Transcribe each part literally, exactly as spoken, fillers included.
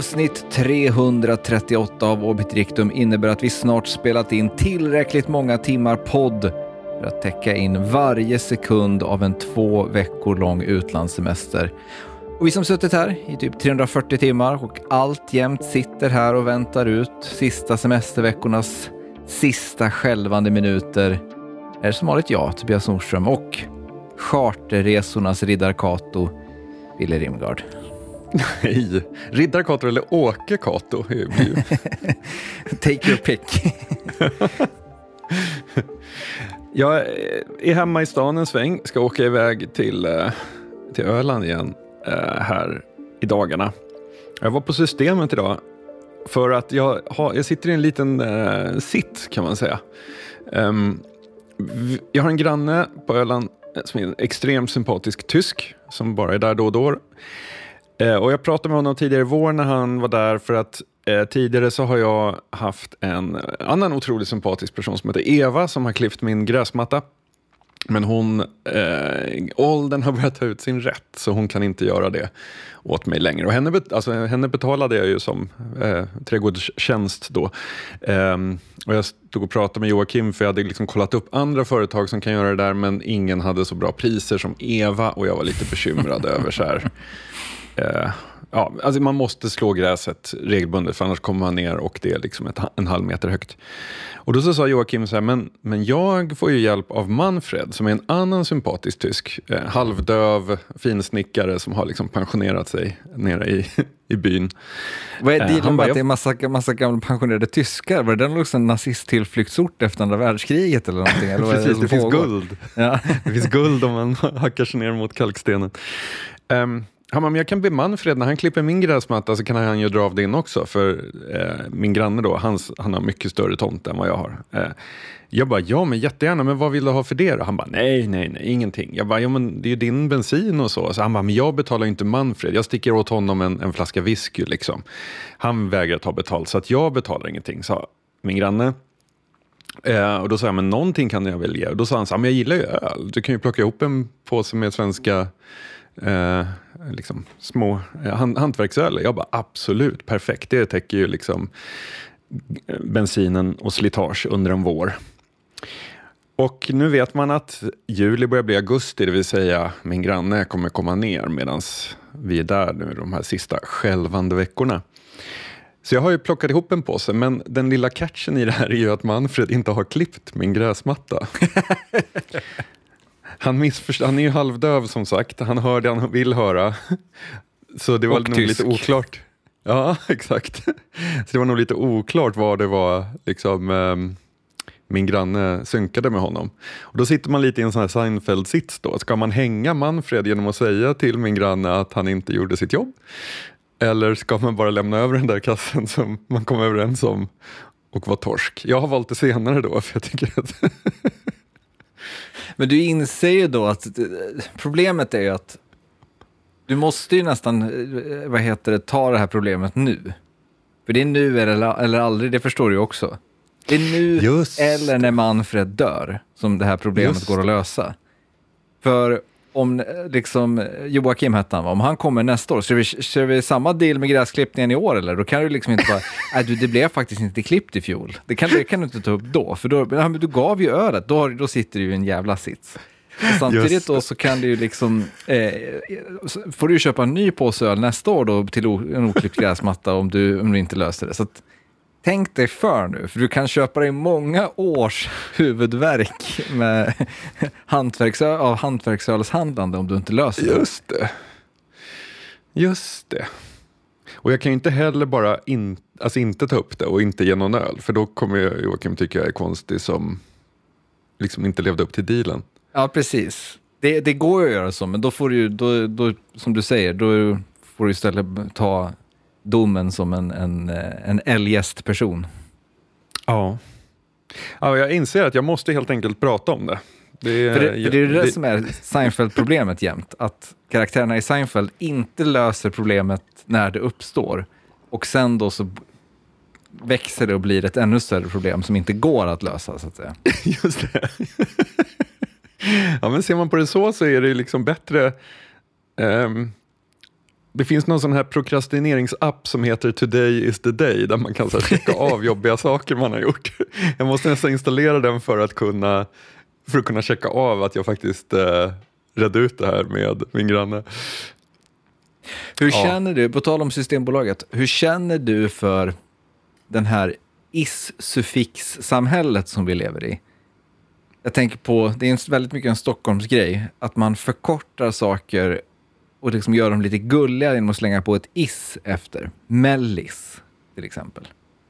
Avsnitt trehundratrettioåtta av Obitrectum innebär att vi snart spelat in tillräckligt många timmar podd för att täcka in varje sekund av en två veckor lång utlandssemester. Och vi som suttit här i typ trehundrafyrtio timmar och alltjämt sitter här och väntar ut sista semesterveckornas sista skälvande minuter är som vanligt jag, Tobias Nordström, och charterresornas Riddar Kato, Wille Rimgard. Nej, Riddar Kato eller Åke Kato. Take your pick. Jag är hemma i stan en sväng, ska åka iväg till, till Öland igen här i dagarna. Jag var på Systemet idag för att jag, har, jag sitter i en liten uh, sitt kan man säga. Um, jag har en granne på Öland som är en extremt sympatisk tysk som bara är där då och då. Uh, och jag pratade med honom tidigare i vår när han var där för att uh, tidigare så har jag haft en annan otroligt sympatisk person som heter Eva som har klippt min gräsmatta. Men hon, eh, åldern har börjat ta ut sin rätt så hon kan inte göra det åt mig längre. Och henne, bet- alltså, henne betalade jag ju som eh, trädgårdstjänst då. Eh, och jag stod och pratade med Joakim för jag hade liksom kollat upp andra företag som kan göra det där men ingen hade så bra priser som Eva och jag var lite bekymrad över så här. Eh, ja, alltså man måste slå gräset regelbundet för annars kommer man ner och det är liksom ett, en halv meter högt. Och då så sa Joakim så här, men, men jag får ju hjälp av Manfred som är en annan sympatisk tysk, eh, halvdöv finsnickare som har liksom pensionerat sig nere i, i byn. Vad är det eh, med att det är massa, massa gamla pensionerade tyskar? Var det den också en nazisttillflyktsort efter andra världskriget eller någonting? Eller vad Precis, det, det finns pågår? guld. Ja. Det finns guld om man hackar sig ner mot kalkstenen. Um, Ja, men jag kan be Manfred, när han klipper min gräsmatta så kan han ju dra av det in också. För eh, min granne då, hans, han har mycket större tomt än vad jag har. Eh, jag bara, ja men jättegärna, men vad vill du ha för det då? Han bara, nej, nej, nej, ingenting. Jag bara, ja men det är ju din bensin och så. Så han bara, men jag betalar ju inte Manfred. Jag sticker åt honom en, en flaska whisky liksom. Han vägrar ta betalt så att jag betalar ingenting, sa min granne. Eh, och då sa jag, men någonting kan jag väl ge. Och då sa han så här, men jag gillar ju öl. Du kan ju plocka ihop en påse med svenska... Eh, liksom små eh, hand, hantverksöl. Jag bara absolut, perfekt. Det täcker ju liksom bensinen och slitage under en vår. Och nu vet man att juli börjar bli augusti, det vill säga min granne kommer komma ner medan vi är där nu de här sista skälvande veckorna. Så jag har ju plockat ihop en påse, men den lilla catchen i det här är ju att Manfred inte har klippt min gräsmatta. Han missförstår, han är ju halvdöv som sagt. Han hör det han vill höra. Så det var och nog tysk. lite oklart. Ja, exakt. Så det var nog lite oklart vad det var liksom um, min granne synkade med honom. Och då sitter man lite i en sån här Seinfeld-sits då. Ska man hänga Manfred genom att säga till min granne att han inte gjorde sitt jobb? Eller ska man bara lämna över den där kassen som man kom överens om och var torsk? Jag har valt det senare då för jag tycker att... Men du inser ju då att problemet är ju att du måste ju nästan, vad heter det, ta det här problemet nu. För det är nu eller, eller aldrig, det förstår du ju också. Det är nu Just. eller när Manfred dör som det här problemet Just. går att lösa. För om liksom Joakim hette han, om han kommer nästa år, så vi, kör vi samma deal med gräsklippningen i år eller? Då kan du liksom inte bara, nej du, det blev faktiskt inte klippt i fjol. Det kan, det kan du inte ta upp då, för då, ja, men du gav ju örat, då, då sitter du ju en jävla sits. Och samtidigt då så kan du ju liksom, eh, får du ju köpa en ny påse öl nästa år då till en oklippt gräsmatta om du, om du inte löser det. Så att, tänk dig för nu, för du kan köpa dig många års huvudvärk med hantverksöl, av hantverksölshandlande om du inte löser det. Just det. Just det. Och jag kan ju inte heller bara in, alltså inte ta upp det och inte ge någon öl. För då kommer jag, Joakim tycka jag är konstig som liksom inte levde upp till dealen. Ja, precis. Det, det går ju att göra så, men då får du ju, då, då, som du säger, då får du istället ta domen som en, en, en eljest person. Ja. Ja, jag inser att jag måste helt enkelt prata om det. Det är, för det, för det är det, det som är Seinfeld-problemet jämt. Att karaktärerna i Seinfeld inte löser problemet när det uppstår. Och sen då så växer det och blir ett ännu större problem som inte går att lösa, så att säga. Just det. Ja, men ser man på det så så är det liksom bättre... Um, Det finns någon sån här prokrastineringsapp som heter Today is the day, där man kan så här, checka av jobbiga saker man har gjort. Jag måste nästan installera den för att kunna, för att kunna checka av att jag faktiskt eh, redde ut det här med min granne. Hur Ja. känner du, på tal om Systembolaget, hur känner du för den här is-suffix-samhället som vi lever i? Jag tänker på, det är en, väldigt mycket en Stockholmsgrej, att man förkortar saker och liksom gör dem lite gulliga genom att slänga på ett is efter. Mellis, till exempel.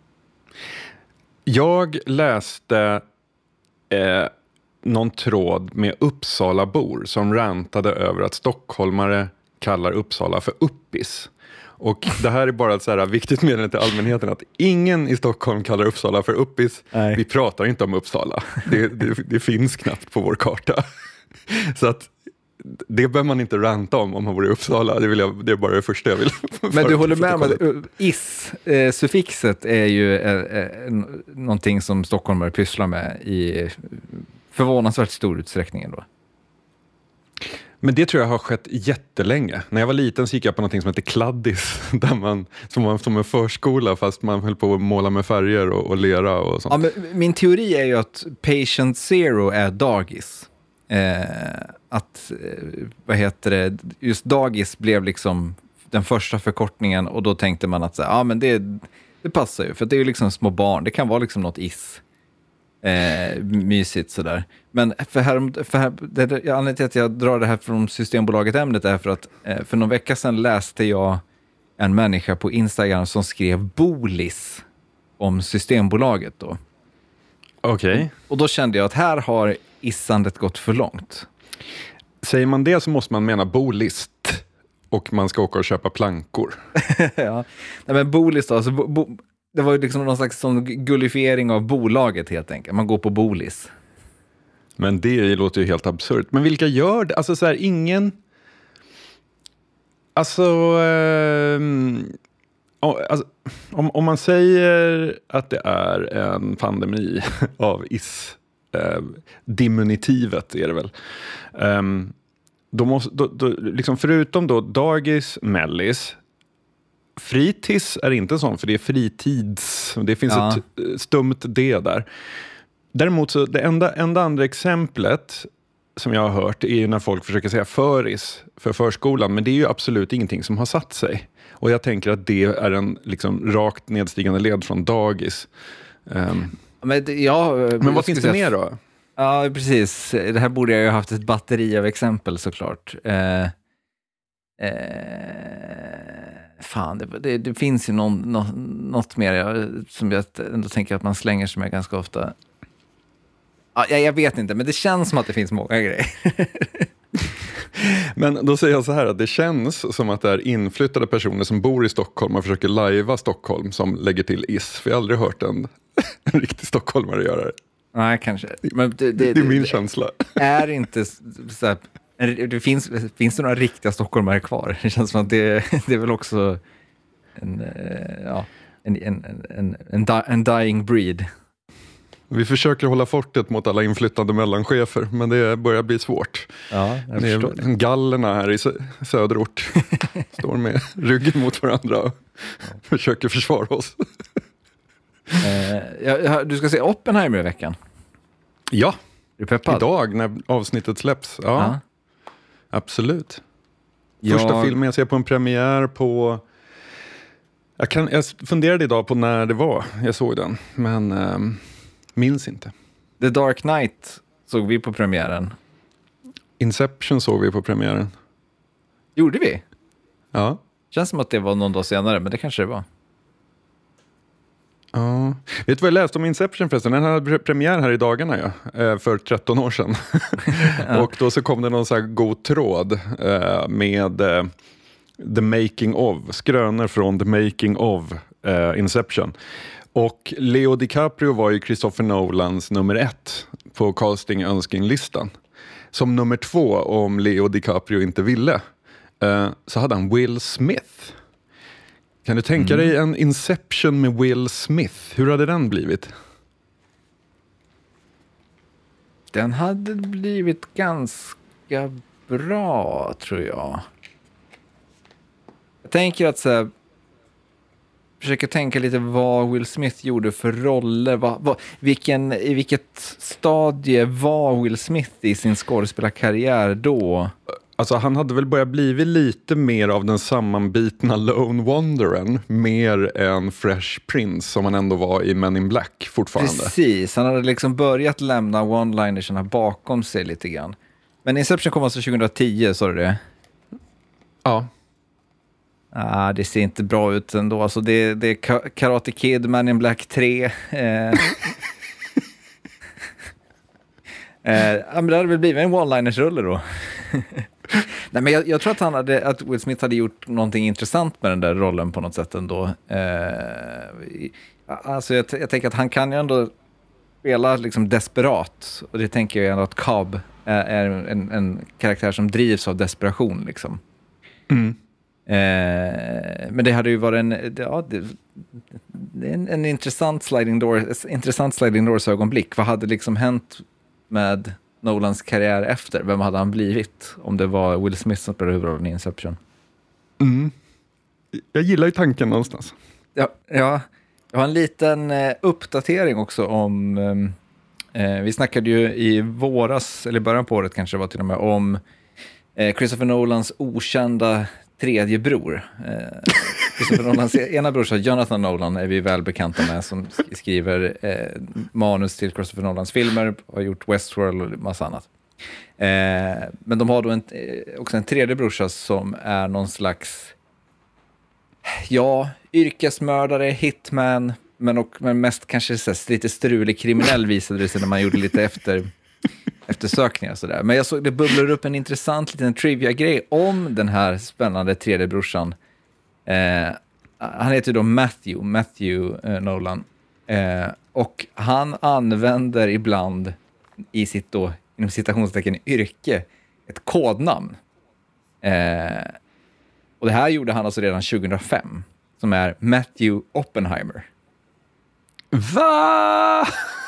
Jag läste eh, någon tråd med Uppsalabor som rantade över att stockholmare kallar Uppsala för uppis. Och det här är bara ett så här viktigt meddelande till allmänheten att ingen i Stockholm kallar Uppsala för uppis. Nej. Vi pratar inte om Uppsala. Det, det, det finns knappt på vår karta. Så att det behöver man inte ranta om om man bor i Uppsala. Det, vill jag, det är bara det första jag vill. Men du håller med om att is-suffixet är ju eh, eh, någonting som stockholmare pysslar med i förvånansvärt stor utsträckning ändå. Men det tror jag har skett jättelänge. När jag var liten så gick jag på något som heter kladdis. Där man, som var som en förskola fast man höll på att måla med färger och, och lera och sånt. Ja, men min teori är ju att patient zero är dagis. Eh, att, eh, vad heter det, just dagis blev liksom den första förkortningen och då tänkte man att så, ja, men det, det passar ju, för det är ju liksom små barn. Det kan vara liksom något is. Eh, mysigt sådär. Men för här, för här, det, anledningen till att jag drar det här från Systembolaget-ämnet är för att eh, för någon vecka sedan läste jag en människa på Instagram som skrev bolis om Systembolaget då. Okej. Okay. Och då kände jag att här har issandet gått för långt. Säger man det så måste man mena bolist och man ska åka och köpa plankor. Ja, nej, men bolis då, alltså bo, bo, det var ju liksom någon slags sån gullifiering av bolaget helt enkelt. Man går på bolis. Men det låter ju helt absurt. Men vilka gör det? Alltså så här, ingen... Alltså... Eh, alltså om, om man säger att det är en pandemi av is... Eh, dimunitivet är det väl. Um, då måste, då, då, liksom förutom då dagis, mellis... Fritids är inte sån, för det är fritids. Det finns ja. ett stumt D där. Däremot så det enda, enda andra exemplet som jag har hört är när folk försöker säga föris för förskolan. Men det är ju absolut ingenting som har satt sig. Och jag tänker att det är en liksom rakt nedstigande led från dagis. Um, men ja, men vad finns det mer då? Ja, precis. Det här borde jag ju ha haft ett batteri av exempel såklart. Eh, eh, fan, det, det, det finns ju någon, något, något mer jag, som jag ändå tänker att man slänger sig med ganska ofta. Ja, jag, jag vet inte, men det känns som att det finns många grejer. Men då säger jag så här att det känns som att det är inflyttade personer som bor i Stockholm och försöker lajva Stockholm som lägger till is. För jag har aldrig hört en, en riktig stockholmare göra det. Nej, kanske. Men det, det, det är min det, känsla. Är inte så här, det finns, finns det några riktiga stockholmare kvar? Det känns som att det, det är väl också en, ja, en, en, en, en, en dying breed. Vi försöker hålla fortet mot alla inflyttande mellanchefer, men det börjar bli svårt. Ja, jag det är det. gallerna här i söderort står med ryggen mot varandra och ja. försöker försvara oss. eh, jag, du ska se Oppenheimer i veckan. Ja, är du peppad? Idag när avsnittet släpps. Ja, ja. Absolut. Jag... Första filmen jag ser på en premiär på... Jag, kan, jag funderade idag på när det var jag såg den, men... Um... minns inte. The Dark Knight såg vi på premiären. Inception såg vi på premiären. Gjorde vi? Ja. Känns som att det var någon dag senare, men det kanske det var. Ja. Vet du vad jag läste om Inception förresten? Den hade premiär här i dagarna, ja, för tretton år sedan. Ja. Och då så kom det någon så här god tråd med The Making of, skrönor från The Making of Inception. Och Leo DiCaprio var ju Christopher Nolans nummer ett på casting-önskinglistan. Som nummer två, om Leo DiCaprio inte ville, eh, så hade han Will Smith. Kan du tänka mm. dig en Inception med Will Smith? Hur hade den blivit? Den hade blivit ganska bra, tror jag. tänker att så här, försöka tänka lite vad Will Smith gjorde för roller. Vad, vad, vilken, i vilket stadie var Will Smith i sin skådespelarkarriär då? Alltså han hade väl börjat blivit lite mer av den sammanbitna Lone Wonderen, mer än Fresh Prince som han ändå var i Men in Black fortfarande. Precis, han hade liksom börjat lämna one-linersarna bakom sig lite grann. Men Inception kom alltså tjugohundratio, sa du det? Ja. Ah, det ser inte bra ut ändå. Alltså det, det är Karate Kid, Man in Black tre. Eh. eh, men det hade väl blivit en one-liners-rulle då. Nej, men jag, jag tror att, han hade, att Will Smith hade gjort någonting intressant med den där rollen på något sätt ändå. Eh, alltså jag, jag tänker att han kan ju ändå spela liksom desperat. Och det tänker jag ändå att Cobb är, är en, en karaktär som drivs av desperation liksom. Mm. Eh, men det hade ju varit en, ja, det, det är en, en intressant sliding door, intressant sliding doors ögonblick. Vad hade liksom hänt med Nolans karriär efter? Vem hade han blivit om det var Will Smith som spelade huvudrollen i Inception? Mm. Jag gillar ju tanken någonstans. Ja, ja, jag har en liten eh, uppdatering också om eh, vi snackade ju i våras, eller början på året kanske det var till och med, om eh, Christopher Nolans okända tredje bror. Eh, Christopher Nolans ena brorsa, Jonathan Nolan, är vi väl bekanta med, som skriver eh, manus till Christopher Nolans filmer, har gjort Westworld och massa annat. Eh, men de har då en, eh, också en tredje brorsa som är någon slags, ja, yrkesmördare, hitman, men, och, men mest kanske så här, lite strulig kriminell visade det sig när man gjorde lite efter eftersökningar sådär. Men jag såg det bubblar upp en intressant liten trivia-grej om den här spännande tredje brorsan. Eh, han heter då Matthew, Matthew eh, Nolan. Eh, och han använder ibland i sitt då, inom citationstecken, yrke ett kodnamn. Eh, och det här gjorde han alltså redan tjugohundrafem, som är Matthew Oppenheimer. Va?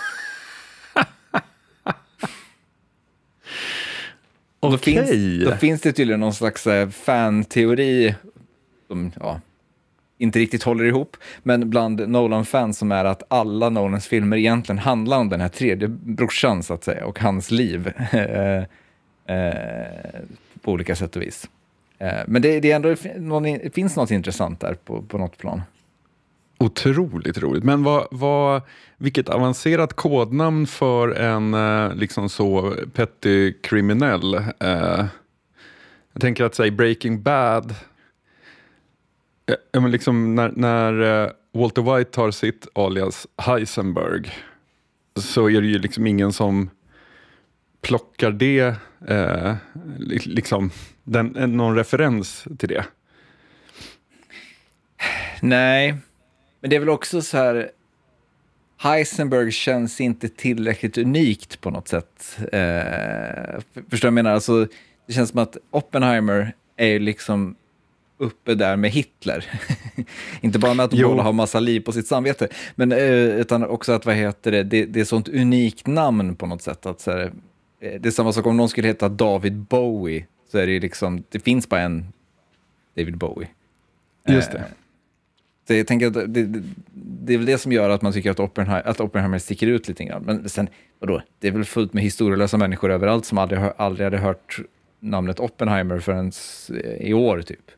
Och då, Okej. finns, då finns det tydligen någon slags eh, fan-teori som ja, inte riktigt håller ihop, men bland Nolan-fans som är att alla Nolans filmer egentligen handlar om den här tredje brorsan så att säga, och hans liv eh, eh, på olika sätt och vis. Eh, men det, det, är ändå, någon, det finns något intressant där på, på något plan. Otroligt roligt. Men vad, vad, vilket avancerat kodnamn för en eh, liksom så petty kriminell. Eh, jag tänker att säga Breaking Bad. Eh, men liksom när, när eh, Walter White tar sitt alias Heisenberg, så är det ju liksom ingen som plockar det, eh, liksom den, någon referens till det. Nej. Men det är väl också så här, Heisenberg känns inte tillräckligt unikt på något sätt. Eh, förstår jag menar? Alltså, det känns som att Oppenheimer är liksom uppe där med Hitler. Inte bara med att de båda har massa liv på sitt samvete, men eh, utan också att, vad heter det, det, det är sånt unikt namn på något sätt. Att, så här, det är samma sak om någon skulle heta David Bowie, så är det liksom, det finns bara en David Bowie. Just det. Eh, Så jag tänker att det, det, det är väl det som gör att man tycker att Oppenheimer, att Oppenheimer sticker ut lite grann. Men sen, vadå? Det är väl fullt med historielösa människor överallt som aldrig, aldrig hade hört namnet Oppenheimer förrän i år, typ.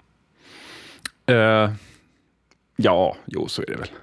Uh, ja, jo, så är det väl.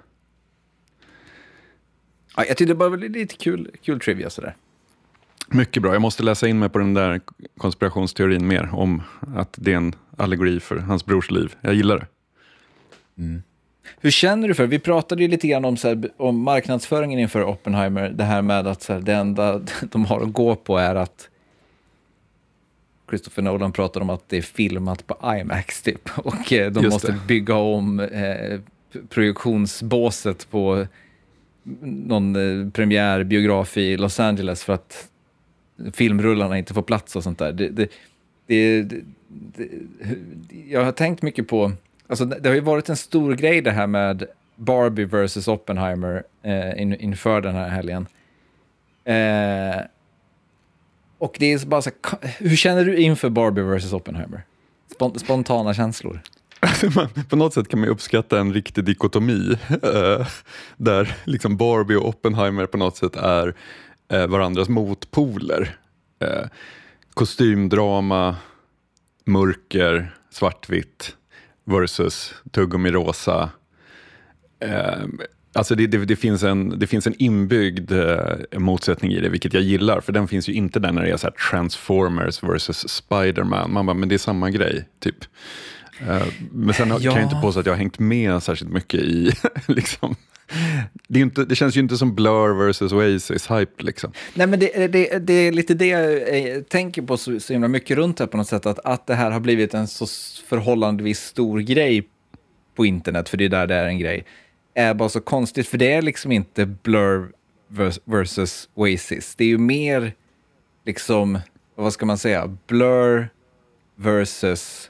Ja, jag tyckte det bara var lite kul, kul trivia sådär. Mycket bra. Jag måste läsa in mig på den där konspirationsteorin mer om att det är en allegori för hans brors liv. Jag gillar det. Mm. Hur känner du för? Vi pratade ju lite grann om, så här, om marknadsföringen inför Oppenheimer. Det här med att så här, det enda de har att gå på är att Christopher Nolan pratar om att det är filmat på IMAX typ. Och eh, de Just måste det. bygga om eh, projektionsbåset på någon eh, premiärbiograf i Los Angeles för att filmrullarna inte får plats och sånt där. Det, det, det, det, det, jag har tänkt mycket på, alltså det har ju varit en stor grej det här med Barbie versus Oppenheimer eh, in, inför den här helgen. Eh, och det är bara så, hur känner du inför Barbie versus Oppenheimer? Spont- spontana känslor. Alltså man, på något sätt kan man uppskatta en riktig dikotomi eh, där liksom Barbie och Oppenheimer på något sätt är eh, varandras motpoler. Eh, kostymdrama, mörker, svartvitt versus tuggummi rosa. Eh, alltså det, det, det, finns en, det finns en inbyggd eh, motsättning i det, vilket jag gillar, för den finns ju inte där när det är så här Transformers versus Spider-Man. Man bara, men det är samma grej, typ. Uh, men sen ja. kan jag inte påstå att jag har hängt med särskilt mycket i liksom. Det, är inte, det känns ju inte som Blur versus Oasis hype liksom. Nej, men det, det, det är lite det jag tänker på så, så himla mycket runt här på något sätt, att, att det här har blivit en så förhållandevis stor grej på internet, för det är där det är en grej, är bara så konstigt, för det är liksom inte Blur versus Oasis, det är ju mer liksom, vad ska man säga, Blur versus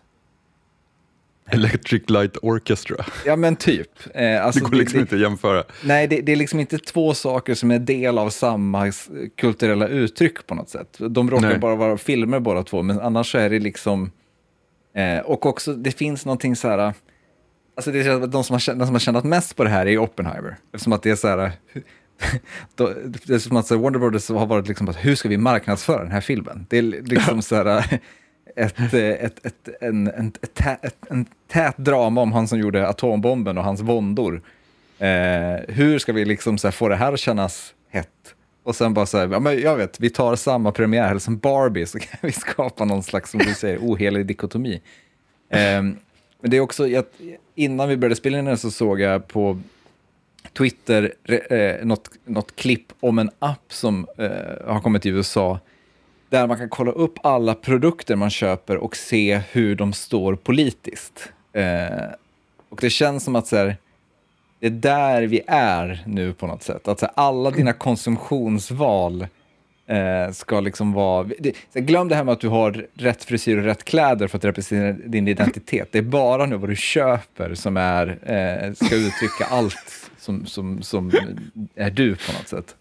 Electric Light Orchestra. Ja, men typ. Eh, alltså det går liksom det, inte att jämföra. Nej, det, det är liksom inte två saker som är del av samma kulturella uttryck på något sätt. De råkar nej. bara vara filmer båda två, men annars så är det liksom... Eh, och också, det finns någonting så här... Alltså det är de som har, de som har tjänat mest på det här är Oppenheimer. Eftersom att det är så här... Då, det är som att så Warner Brothers har varit liksom att hur ska vi marknadsföra den här filmen? Det är liksom så här... Ett, ett, ett, en, en, ett, tä, ett, en tät drama om han som gjorde atombomben och hans våndor. Eh, hur ska vi liksom så här få det här att kännas hett? Och sen bara så här, ja, men jag vet, vi tar samma premiär eller som Barbie, så kan vi skapa någon slags, som du säger, ohelig dikotomi. Eh, men det är också, jag, innan vi började spela in den så såg jag på Twitter eh, något, något klipp om en app som eh, har kommit till U S A, där man kan kolla upp alla produkter man köper och se hur de står politiskt. Eh, och det känns som att så här, det är där vi är nu på något sätt. Att så här, alla dina konsumtionsval eh, ska liksom vara... Det, så här, glöm det här med att du har rätt frisyr och rätt kläder för att representera din identitet. Det är bara nu vad du köper som är, eh, ska uttrycka allt som, som, som är du på något sätt.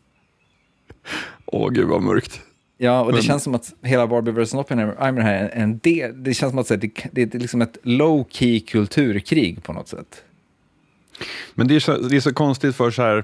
Åh, gud vad mörkt. Ja, och det men... känns som att hela Barbie versus Oppenheimer här är en del, det känns som att det, det är liksom ett low-key kulturkrig på något sätt. Men det är så, det är så konstigt för så här,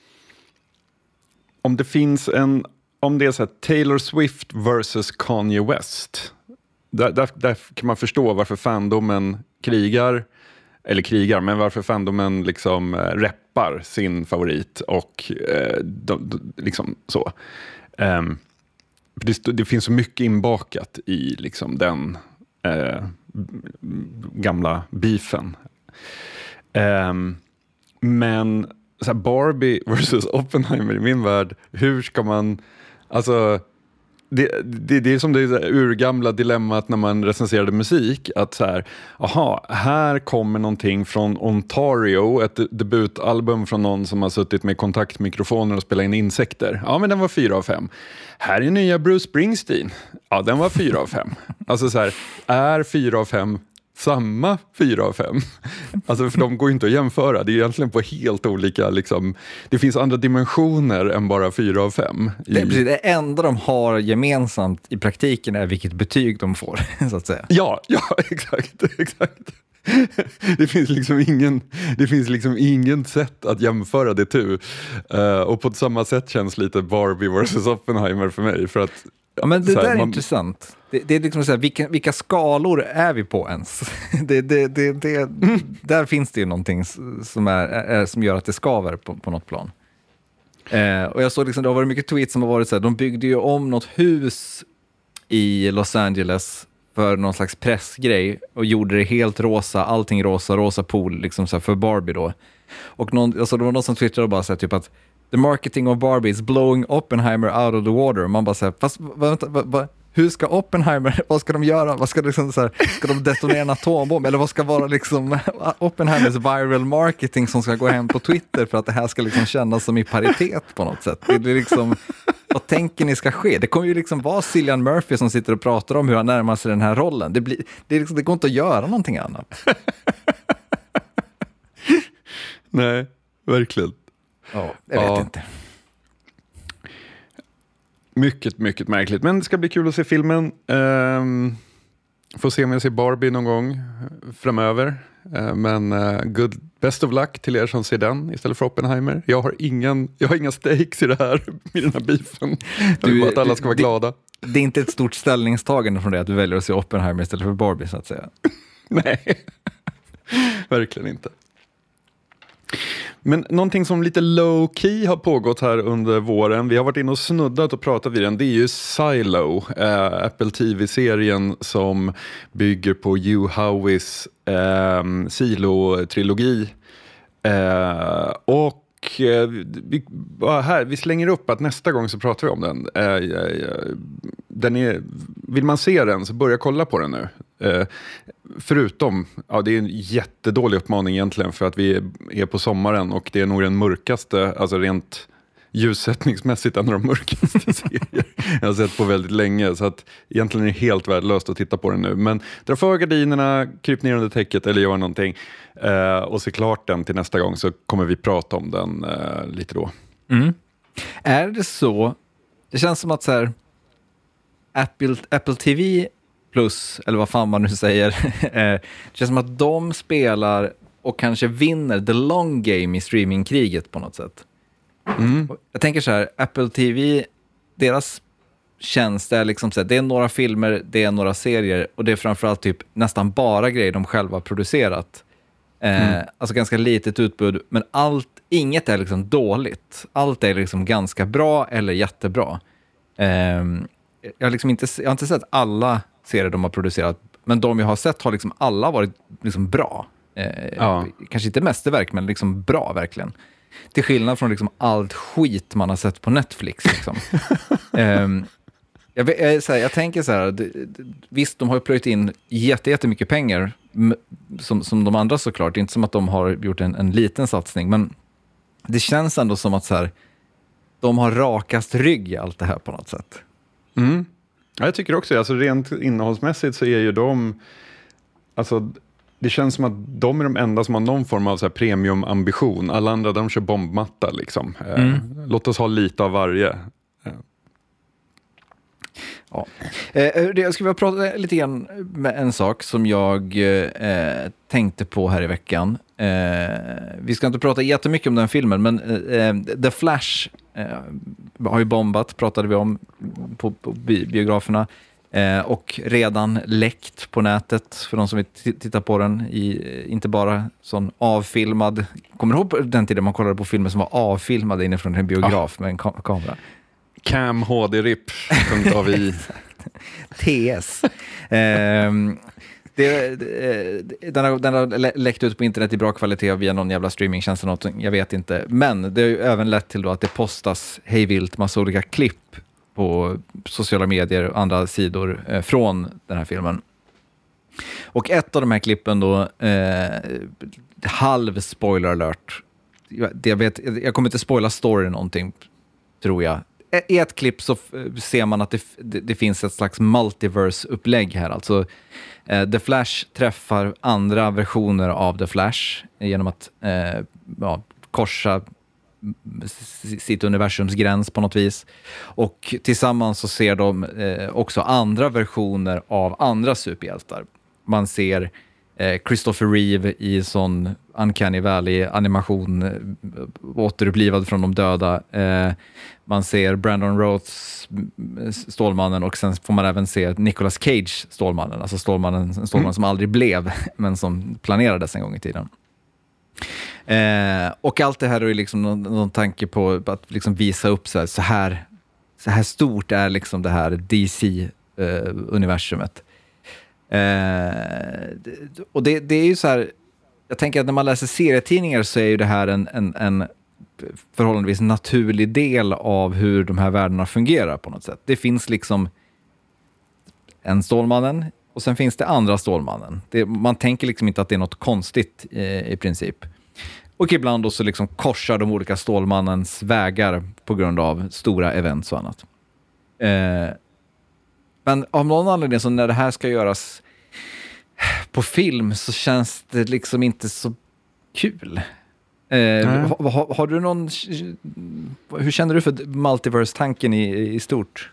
om det finns en, om det är så här Taylor Swift versus Kanye West, där, där, där kan man förstå varför fandomen krigar, eller krigar, men varför fandomen liksom äh, reppar sin favorit och äh, de, de, liksom så. Um, Det, det finns så mycket inbakat i liksom den eh, gamla beefen. Um, men så här Barbie versus Oppenheimer i min värld, hur ska man... Alltså, det, det, det är som det urgamla dilemmat när man recenserade musik, att så här, aha, här kommer någonting från Ontario, ett debutalbum från någon som har suttit med kontaktmikrofoner och spelat in insekter. Ja, men den var fyra av fem. Här är nya Bruce Springsteen. Ja, den var fyra av fem. Alltså så här, är fyra av fem samma fyra av fem? Alltså, för de går ju inte att jämföra. Det är egentligen på helt olika, liksom, det finns andra dimensioner än bara fyra av fem. I... Det, precis, det enda de har gemensamt i praktiken är vilket betyg de får, så att säga. Ja, ja, exakt, exakt. Det finns liksom ingen, det finns liksom ingen sätt att jämföra det tu. Uh, och på samma sätt känns lite Barbie versus Oppenheimer för mig. För att, ja, men det här, där är man... intressant. Det, det är liksom så här, vilka, vilka skalor är vi på ens? Det, det, det, det, mm. Där finns det ju någonting som, är, är, som gör att det skaver på, på något plan. Eh, och jag såg liksom, det har varit mycket tweets som har varit så här, de byggde ju om något hus i Los Angeles för någon slags pressgrej och gjorde det helt rosa, allting rosa, rosa pool liksom så här för Barbie då. Och någon, alltså det var någon som twittrade och bara så här, typ att the marketing of Barbie is blowing Oppenheimer out of the water. Man bara så här, fast vänta, va, va, hur ska Oppenheimer, vad ska de göra? Vad ska, liksom så här, ska de detonera en atombomb? Eller vad ska vara liksom Oppenheimers viral marketing som ska gå hem på Twitter för att det här ska liksom kännas som i paritet på något sätt? Det är liksom, vad tänker ni ska ske? Det kommer ju liksom vara Cillian Murphy som sitter och pratar om hur han närmar sig den här rollen. Det, blir, det, är liksom, det går inte att göra någonting annat. Nej, verkligen. Ja, jag vet ja. inte. Mycket, mycket märkligt. Men det ska bli kul att se filmen. Um, får se om jag ser Barbie någon gång framöver. Eh, men uh, good, best of luck till er som ser den istället för Oppenheimer. Jag har, ingen, jag har inga stakes i det här, i den här beefen. Jag vill bara att alla ska vara det, glada. Det är inte ett stort ställningstagande från det att du väljer att se Oppenheimer istället för Barbie, så att säga. Nej, verkligen inte. Men någonting som lite low key har pågått här under våren, vi har varit inne och snuddat och pratat vid den, det är ju Silo, äh, Apple T V-serien som bygger på Hugh Howeys äh, Silo-trilogi. Äh, och äh, vi, här, vi slänger upp att nästa gång så pratar vi om den. Äh, äh, den är, vill man se den så börja kolla på den nu. Uh, förutom, ja det är en jättedålig uppmaning egentligen för att vi är på sommaren och det är nog den mörkaste, alltså rent ljussättningsmässigt en av de mörkaste serier jag har sett på väldigt länge, så att egentligen är det helt värdelöst att titta på den nu, men dra för gardinerna, kryp ner under täcket eller gör någonting uh, och se klart den till nästa gång, så kommer vi prata om den uh, lite då. Mm. Är det så, det känns som att så här, Apple, Apple T V plus, eller vad fan man nu säger, det känns som att de spelar och kanske vinner the long game i streamingkriget på något sätt. Mm. Jag tänker så här, Apple T V, deras tjänst är liksom så här, det är några filmer, det är några serier och det är framförallt typ nästan bara grejer de själva producerat. Eh, mm. Alltså ganska litet utbud, men allt, inget är liksom dåligt. Allt är liksom ganska bra eller jättebra. Eh, jag, har liksom inte, jag har inte sett alla serier de har producerat, men de jag har sett har liksom alla varit liksom bra. Eh, ja. Kanske inte mästerverk, men liksom bra verkligen. Till skillnad från liksom allt skit man har sett på Netflix. Liksom. eh, jag, jag, så här, jag tänker så här, det, visst de har ju plöjt in jätte, jättemycket pengar som, som de andra såklart. Det är inte som att de har gjort en, en liten satsning, men det känns ändå som att så här, de har rakast rygg i allt det här på något sätt. Mm. Ja, jag tycker också, alltså rent innehållsmässigt så är ju de, alltså det känns som att de är de enda som har någon form av så här premium-ambition. Alla andra, de kör bombmatta liksom. Mm. Eh, låt oss ha lite av varje. Eh. Ja. Eh, jag skulle vilja prata lite grann med en sak som jag eh, tänkte på här i veckan. Eh, vi ska inte prata jättemycket om den filmen, men eh, The Flash eh, har ju bombat, pratade vi om på, på bi- biograferna. Eh, och redan läckt på nätet för de som vill t- titta på den i, inte bara sån avfilmad, kommer du ihåg den tiden man kollade på filmer som var avfilmade inifrån en biograf ah. med en kam- kamera? Cam H D R I P punkt A V I T S eh, det, det, den, har, den har läckt ut på internet i bra kvalitet via någon jävla streamingtjänst eller något, jag vet inte, men det har ju även lett till då att det postas hejvilt massa olika klipp på sociala medier och andra sidor eh, från den här filmen. Och ett av de här klippen då, eh, halv spoiler alert. Jag, jag, vet, jag kommer inte spoila storyn någonting, tror jag. I ett klipp så f- ser man att det, det, det finns ett slags multiverse-upplägg här. Alltså eh, The Flash träffar andra versioner av The Flash genom att eh, ja, korsa sitt universums gräns på något vis. Och tillsammans så ser de eh, också andra versioner av andra superhjältar. Man ser eh, Christopher Reeve i sån Uncanny Valley-animation, eh, återupplivad från de döda. Eh, man ser Brandon Rouths Stålmannen, och sen får man även se Nicolas Cage Stålmannen, alltså Stålmannen, Stålmannen mm. som aldrig blev, men som planerades en gång i tiden. Eh, och allt det här är liksom någon, någon tanke på att liksom visa upp så här, så här, så här stort är liksom det här D C-universumet. Eh, eh, och det, det är ju så här, jag tänker att när man läser serietidningar så är ju det här en, en, en förhållandevis naturlig del av hur de här världarna fungerar på något sätt. Det finns liksom en Stålmannen och sen finns det andra Stålmannen. Det, man tänker liksom inte att det är något konstigt eh, i princip. Och ibland då så liksom korsar de olika Stålmannens vägar på grund av stora events och annat. Eh, men av någon anledning så när det här ska göras på film så känns det liksom inte så kul. Eh, har, har, har du någon... Hur känner du för multiverse-tanken i, i stort?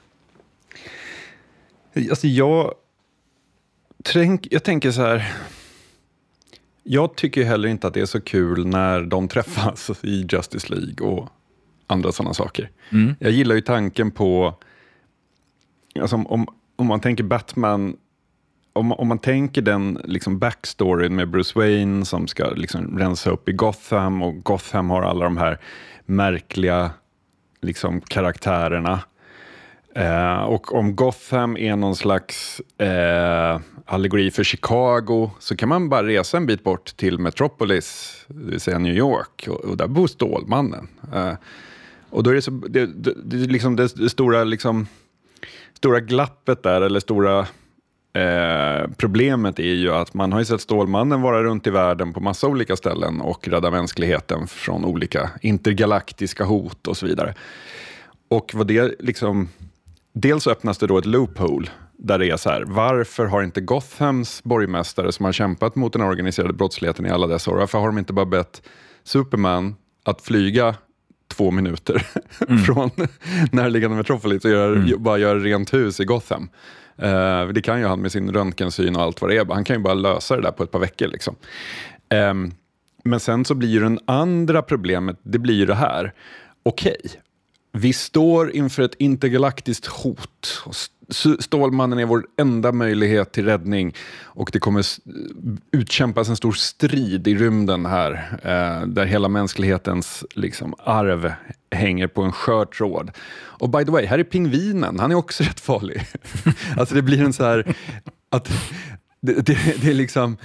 Alltså jag... Tänk, jag tänker så här... Jag tycker heller inte att det är så kul när de träffas i Justice League och andra sådana saker. Mm. Jag gillar ju tanken på, alltså om, om man tänker Batman, om, om man tänker den liksom backstoryn med Bruce Wayne som ska liksom rensa upp i Gotham, och Gotham har alla de här märkliga liksom karaktärerna. Eh, och om Gotham är någon slags eh, allegori för Chicago, så kan man bara resa en bit bort till Metropolis, det vill säga New York, och, och där bor Stålmannen. Eh, och då är det så, det, det, det, liksom det, det stora liksom stora glappet där, eller stora eh, problemet är ju att man har ju sett Stålmannen vara runt i världen på massa olika ställen och rädda mänskligheten från olika intergalaktiska hot och så vidare. Och vad det liksom, dels öppnas det då ett loophole där det är så här: varför har inte Gothams borgmästare som har kämpat mot den organiserade brottsligheten i alla dessa år, varför har de inte bara bett Superman att flyga två minuter mm. från närliggande Metropolis och gör, mm. bara göra rent hus i Gotham? Uh, det kan ju han med sin röntgensyn och allt vad det är. Han kan ju bara lösa det där på ett par veckor liksom. Um, men sen så blir ju den andra problemet, det blir ju det här. Okej, okay. Vi står inför ett intergalaktiskt hot. Stålmannen är vår enda möjlighet till räddning. Och det kommer utkämpas en stor strid i rymden här. Eh, där hela mänsklighetens liksom, arv hänger på en skör tråd. Och by the way, här är pingvinen. Han är också rätt farlig. Alltså det blir en så här... att det, det, det är liksom...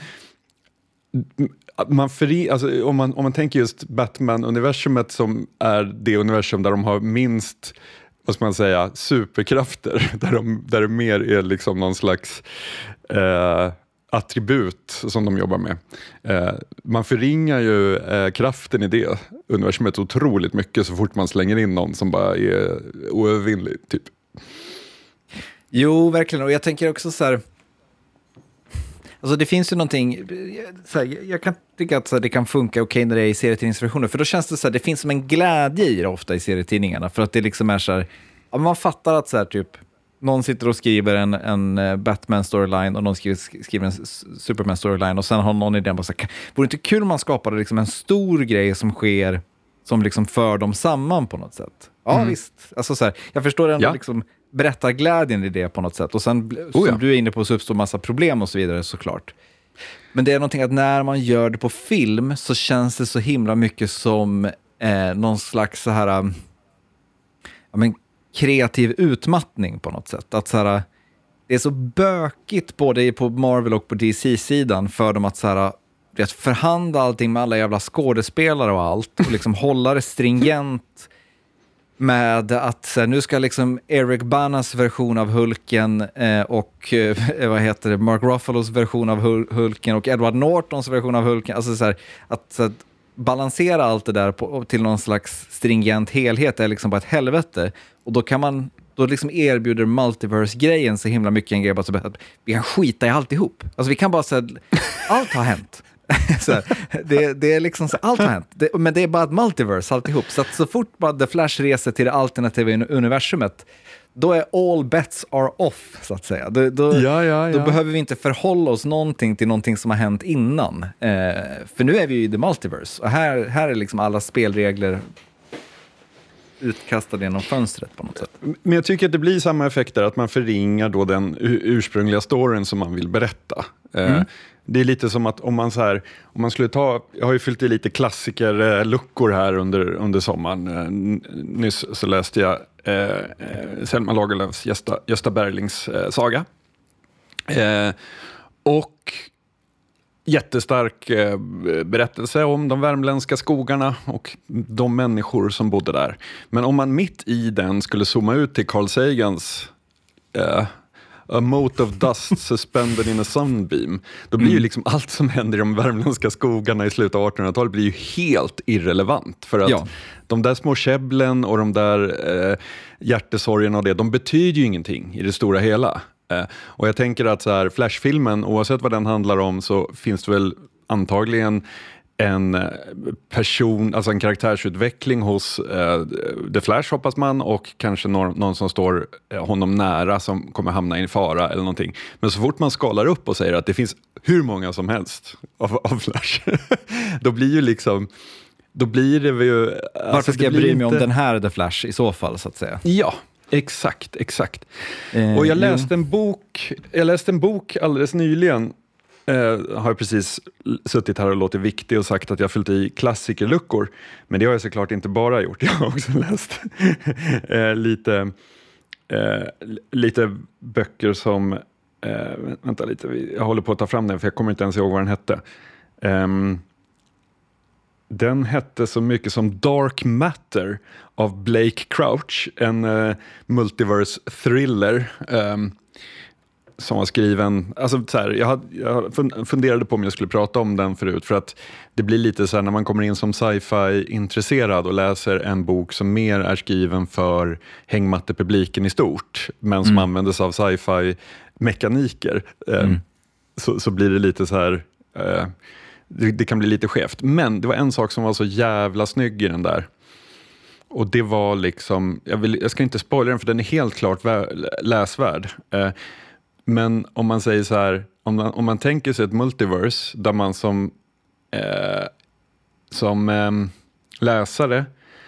Man för, alltså, om, man, om man tänker just Batman-universumet som är det universum där de har minst, vad ska man säga, superkrafter, där, de, där det mer är liksom någon slags eh, attribut som de jobbar med. Eh, man förringar ju eh, kraften i det universumet otroligt mycket så fort man slänger in någon som bara är oövervinnlig, typ. Jo, verkligen. Och jag tänker också så här... Alltså det finns ju någonting, så här, jag kan tycka att så här, det kan funka okej när det är i serietidningsversioner, för då känns det så här, det finns som en glädje i det ofta i serietidningarna, för att det liksom är så här, ja, man fattar att så här, typ, någon sitter och skriver en, en Batman-storyline och någon skriver, skriver en Superman-storyline och sen har någon idé på så här, vore det inte kul om man skapade liksom en stor grej som sker, som liksom för dem samman på något sätt? Ja, mm. visst. Alltså så här, jag förstår ändå ja. liksom berätta glädjen i det på något sätt. Och sen, oh ja. som du är inne på, så uppstår massa problem och så vidare såklart. Men det är någonting att när man gör det på film så känns det så himla mycket som eh, någon slags så här, ja, men, kreativ utmattning på något sätt. Att så här, det är så bökigt både på Marvel och på D C-sidan för dem att så här, att förhandla allting med alla jävla skådespelare och allt och liksom hålla det stringent med att så här, nu ska liksom Eric Banas version av Hulken eh, och eh, vad heter det, Mark Ruffalos version av Hul- Hulken och Edward Nortons version av Hulken, alltså så här, att, så att balansera allt det där på, till någon slags stringent helhet är liksom bara ett helvete. Och då kan man, då liksom erbjuder multiverse-grejen så himla mycket en grej bara så att vi kan skita i alltihop. Alltså vi kan bara säga allt har hänt. så här, det, det är liksom så, allt har hänt. Det, men det är bara ett multiverse alltihop. Så att så fort bara The Flash reser till det alternativa universumet, då är all bets are off, så att säga. Då, då, ja, ja, ja. då behöver vi inte förhålla oss någonting till någonting som har hänt innan. Eh, för nu är vi ju i the multiverse. Och här, här är liksom alla spelregler utkastade genom fönstret på något sätt. Men jag tycker att det blir samma effekt där, att man förringar då den ursprungliga storyn som man vill berätta. Mm. Eh, det är lite som att om man så här, om man skulle ta, jag har ju fyllt i lite klassikerluckor här under, under sommaren. Eh, nyss så läste jag eh, Selma Lagerlöfs Gösta, Gösta Berlings eh, saga. Eh, och jättestark eh, berättelse om de värmländska skogarna och de människor som bodde där. Men om man mitt i den skulle zooma ut till Carl Sagans eh, A mote of dust suspended in a sunbeam, då blir mm. ju liksom allt som händer i de värmländska skogarna i slutet av artonhundratalet blir ju helt irrelevant. För att ja. de där små käbblen och de där eh, hjärtesorgerna och det, de betyder ju ingenting i det stora hela. Eh, och jag tänker att så här, Flash-filmen, oavsett vad den handlar om, så finns det väl antagligen en person, alltså en karaktärsutveckling hos eh, The Flash hoppas man, och kanske någon, någon som står honom nära som kommer hamna i en fara eller någonting. Men så fort man skalar upp och säger att det finns hur många som helst av, av Flash, då blir ju liksom då blir det ju... Varför alltså, ska jag bry mig inte... om den här The Flash i så fall, så att säga? Ja, exakt, exakt. Eh, och jag läste jo. en bok jag läste en bok alldeles nyligen. Uh, har jag precis suttit här och låtit viktig och sagt att jag har fyllt i klassikerluckor. Men det har jag såklart inte bara gjort. Jag har också läst uh, lite, uh, lite böcker som... Uh, vänta lite, jag håller på att ta fram den för jag kommer inte ens ihåg vad den hette. Um, den hette så mycket som Dark Matter av Blake Crouch. En uh, multiverse thriller. Um, som var skriven, alltså så här, jag, hade, jag funderade på om jag skulle prata om den förut, för att det blir lite så här när man kommer in som sci-fi intresserad och läser en bok som mer är skriven för hängmattepubliken i stort, men som mm. användes av sci-fi mekaniker, mm. eh, så, så blir det lite så här eh, det, det kan bli lite skevt. Men det var en sak som var så jävla snygg i den där. Och det var liksom, jag, vill, jag ska inte spoila den för den är helt klart vä- läsvärd. Eh, Men om man säger så här, om man, om man tänker sig ett multiverse där man som, eh, som eh, läsare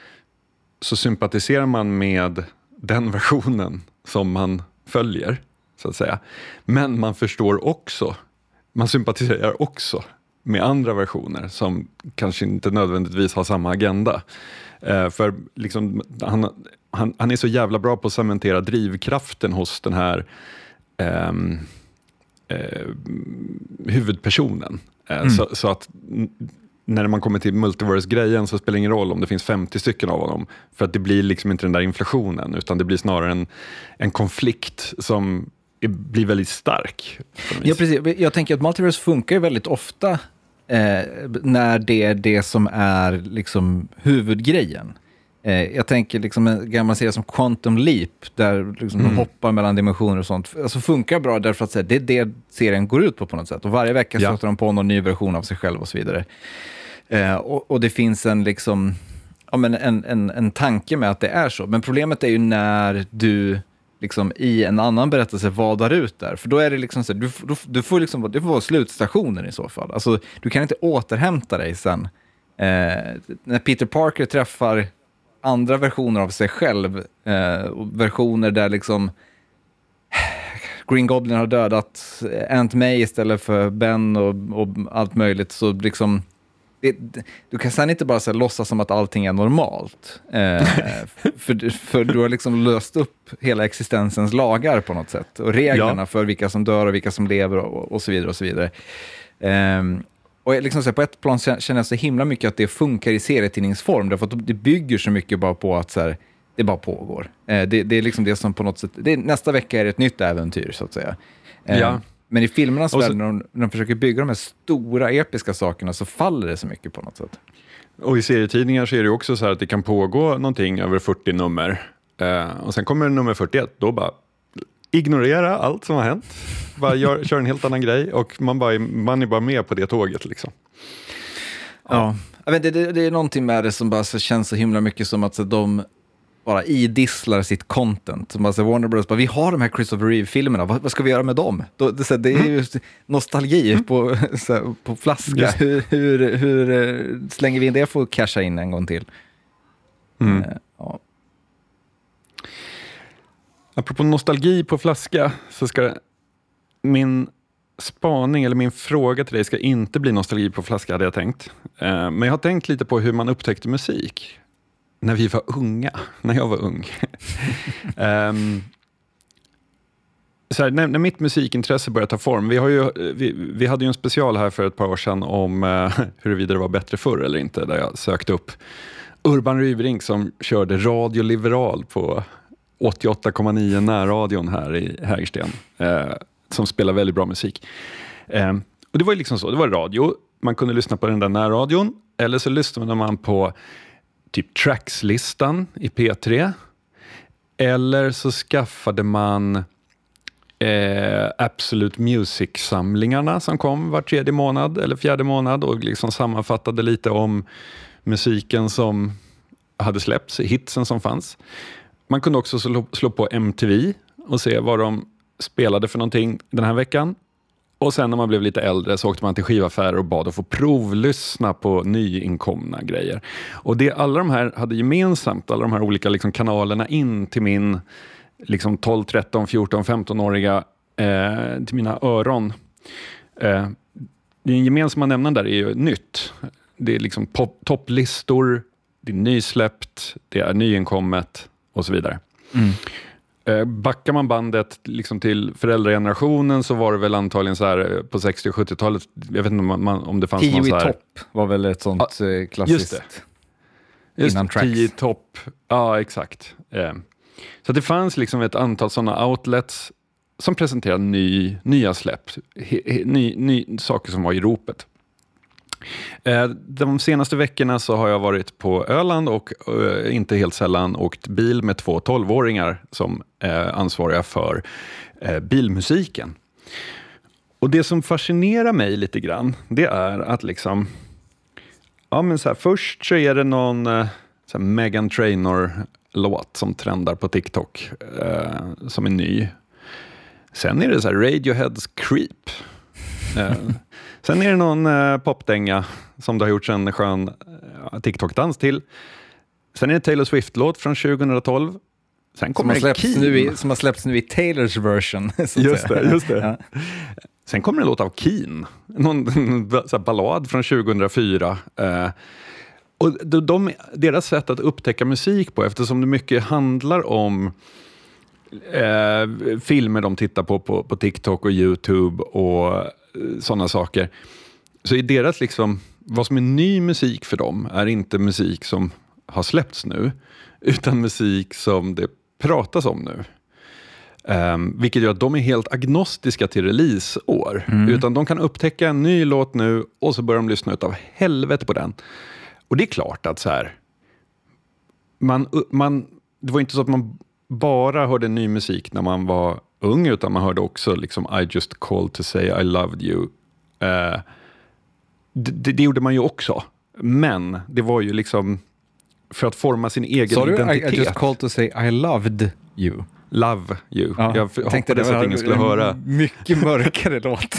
så sympatiserar man med den versionen som man följer, så att säga. Men man förstår också, man sympatiserar också med andra versioner som kanske inte nödvändigtvis har samma agenda. Eh, för liksom, han, han, han är så jävla bra på att cementera drivkraften hos den här Um, uh, huvudpersonen. Uh, mm. så, så att n- när man kommer till multiverse-grejen så spelar det ingen roll om det finns femtio stycken av honom. För att det blir liksom inte den där inflationen, utan det blir snarare en, en konflikt som är, blir väldigt stark. Ja, precis. Jag tänker att multiverse funkar ju väldigt ofta eh, när det är det som är liksom huvudgrejen. Jag tänker liksom en gammal serie som Quantum Leap där liksom mm. de hoppar mellan dimensioner och sånt. Alltså funkar bra därför att så här, det är det serien går ut på på något sätt. Och varje vecka ja. stöter de på någon ny version av sig själv och så vidare. Eh, och, och det finns en liksom ja, men en, en, en tanke med att det är så. Men problemet är ju när du liksom i en annan berättelse vadar ut där. För då är det liksom så här, du, du, du får liksom, det får vara slutstationen i så fall. Alltså du kan inte återhämta dig sen. Eh, när Peter Parker träffar andra versioner av sig själv, eh, versioner där liksom Green Goblin har dödat Aunt May istället för Ben och, och allt möjligt, så liksom det, du kan sen inte bara så här, låtsas som att allting är normalt, eh, för, för du har liksom löst upp hela existensens lagar på något sätt, och reglerna ja. för vilka som dör och vilka som lever och, och så vidare och så vidare. Eh, Och liksom så här, på ett plan känner jag så himla mycket att det funkar i serietidningsform, därför att det bygger så mycket bara på att så här, det bara pågår. Eh, det, det är liksom det som på något sätt, det är, nästa vecka är det ett nytt äventyr så att säga. Eh, ja. Men i filmernas så, värld, när de, när de försöker bygga de här stora episka sakerna, så faller det så mycket på något sätt. Och i serietidningar så är det också så här att det kan pågå någonting över fyrtio nummer. Eh, och sen kommer nummer fyrtioett, då bara ignorera allt som har hänt. Bara gör, kör en helt annan grej och man, bara, man är bara med på det tåget liksom. Ja, ja. Jag vet, det, det är någonting med det som bara så känns så himla mycket som att så, de bara idisslar sitt content. Som bara, så, Warner Bros. Bara, vi har de här Christopher Reeve-filmerna, vad, vad ska vi göra med dem? Då, det, så, det är ju nostalgi på, så, på flaska. Hur, hur, hur slänger vi in det för att casha in en gång till? Mm. Uh, ja. Apropå nostalgi på flaska, så ska min spaning eller min fråga till dig ska inte bli nostalgi på flaska, hade jag tänkt. Eh, men jag har tänkt lite på hur man upptäckte musik när vi var unga, när jag var ung. um, så här, när, när mitt musikintresse började ta form, vi, har ju, vi, vi hade ju en special här för ett par år sedan om uh, huruvida det var bättre förr eller inte, där jag sökte upp Urban Rybring som körde Radio Liberal på åttioåtta komma nio närradion här i Hägersten, eh, som spelar väldigt bra musik. Eh, och det var ju liksom så, det var radio, man kunde lyssna på den där närradion, eller så lyssnade man på typ Tracks-listan i P tre, eller så skaffade man eh, Absolute Music-samlingarna som kom var tredje månad eller fjärde månad och liksom sammanfattade lite om musiken som hade släppts, hitsen som fanns. Man kunde också slå, slå på M T V och se vad de spelade för någonting den här veckan. Och sen när man blev lite äldre så åkte man till skivaffärer och bad att få provlyssna på nyinkomna grejer. Och det alla de här hade gemensamt, alla de här olika liksom kanalerna in till min liksom tolv, tretton, fjorton, femton-åriga, eh, till mina öron. Eh, den gemensamma nämnaren där är ju nytt. Det är liksom pop- topplistor, det är nysläppt, det är nyinkommet och så vidare. Mm. Eh, backar man bandet liksom till föräldragenerationen så var det väl antagligen så här på sextio- och sjuttiotalet, jag vet inte om, man, om det fanns Tio någon i så här... topp var väl ett sånt ah, klassiskt... Just det. Just innan tracks. Tio i topp, ja exakt. Eh. Så det fanns liksom ett antal sådana outlets som presenterade ny, nya släpp, he, he, ny, ny, saker som var i ropet. Eh, de senaste veckorna så har jag varit på Öland och eh, inte helt sällan åkt bil med två tolvåringar som eh, ansvariga för eh, bilmusiken. Och det som fascinerar mig lite grann, det är att liksom, ja men så här, först så är det någon eh, så här Meghan Trainor-låt som trendar på TikTok eh, som är ny. Sen är det så här Radioheads Creep. Eh, sen är det någon eh, popdänga som det har gjorts en skön eh, TikTok-dans till. Sen är det Taylor Swift-låt från tjugotolv. Sen kommer som, har det släppts nu i, som har släppts nu i Taylors version. Så just det, just det. Ja. Sen kommer en låt av Keen. Någon så här ballad från tjugohundrafyra. Eh, och de, de, deras sätt att upptäcka musik på, eftersom det mycket handlar om eh, filmer de tittar på, på på TikTok och YouTube och eh, sådana saker. Så i deras liksom, vad som är ny musik för dem är inte musik som har släppts nu, utan musik som det pratas om nu. Um, vilket gör att de är helt agnostiska till releaseår. Mm. Utan de kan upptäcka en ny låt nu och så börjar de lyssna utav helvete på den. Och det är klart att så här, man, man, det var inte så att man bara hörde ny musik när man var ung, utan man hörde också liksom I just called to say I loved you. Uh, det, det gjorde man ju också. Men det var ju liksom för att forma sin egen Sorry, identitet. I, I just called to say I loved you. Love you. Ja, jag jag tänkte hoppades det var att ingen skulle höra. Mycket mörkare låt.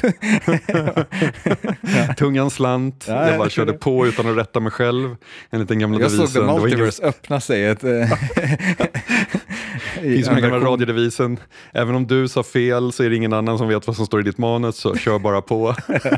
Tungan slant. Ja, jag bara körde det. På utan att rätta mig själv. En liten gamla jag devisen. såg The Multiverse ingen... öppna sig. Ett, det finns som en gamla radiodevisen. Även om du sa fel så är det ingen annan som vet vad som står i ditt manus. Så kör bara på.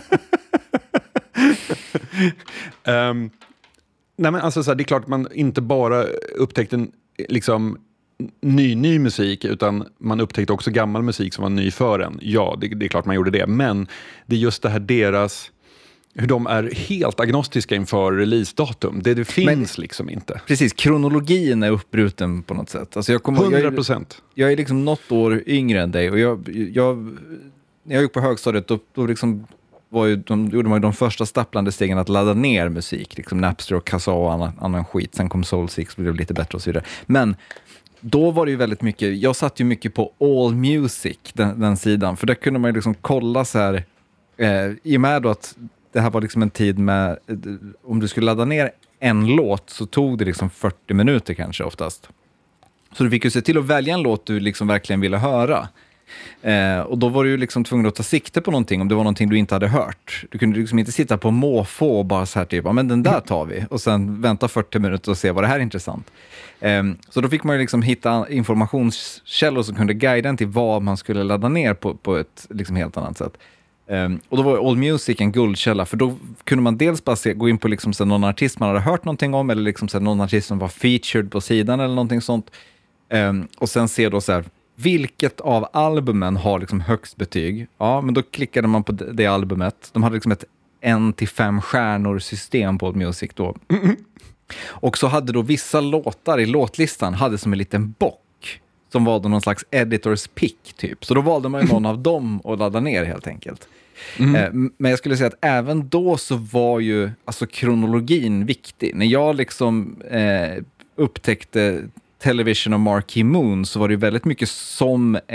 um, nej men alltså så här, det är klart att man inte bara upptäckte en liksom ny, ny musik, utan man upptäckte också gammal musik som var ny för en. Ja, det, det är klart man gjorde det. Men det är just det här deras, hur de är helt agnostiska inför releasedatum. Det, det finns men, liksom inte. Precis, kronologin är uppbruten på något sätt. Alltså jag kommer, hundra procent. Jag, jag är liksom något år yngre än dig och jag, jag när jag gick på högstadiet då, då liksom var ju, de, gjorde man ju de första stapplande stegen att ladda ner musik. Liksom Napster och Kazaa och annan, annan skit. Sen kom Soul Six och blev lite bättre och så vidare. Men då var det ju väldigt mycket, jag satt ju mycket på All Music, den, den sidan. För där kunde man ju liksom kolla så här, eh, i och med då att det här var liksom en tid med, eh, om du skulle ladda ner en låt så tog det liksom fyrtio minuter kanske oftast. Så du fick ju se till att välja en låt du liksom verkligen ville höra. Eh, och då var du ju liksom tvungen att ta sikte på någonting om det var någonting du inte hade hört. Du kunde liksom inte sitta på måfå och bara så här typ, ja men den där tar vi. Och sen vänta fyrtio minuter och se vad det här är intressant. Eh, så då fick man ju liksom hitta informationskällor som kunde guida en till vad man skulle ladda ner på, på ett liksom helt annat sätt. Eh, och då var All Music en guldkälla, för då kunde man dels bara se, gå in på liksom så någon artist man hade hört någonting om, eller liksom så någon artist som var featured på sidan eller någonting sånt. Eh, och sen se då så här, vilket av albumen har liksom högst betyg? Ja, men då klickade man på det, det albumet. De hade liksom ett en till fem stjärnor system på All Music då. Mm-hmm. Och så hade då vissa låtar i låtlistan hade som en liten bock som var då någon slags editors pick typ. Så då valde man ju någon av dem att ladda ner helt enkelt. Mm. Eh, men jag skulle säga att även då så var ju alltså kronologin viktig. När jag liksom eh, upptäckte Television och Marquee Moon så var det ju väldigt mycket som ett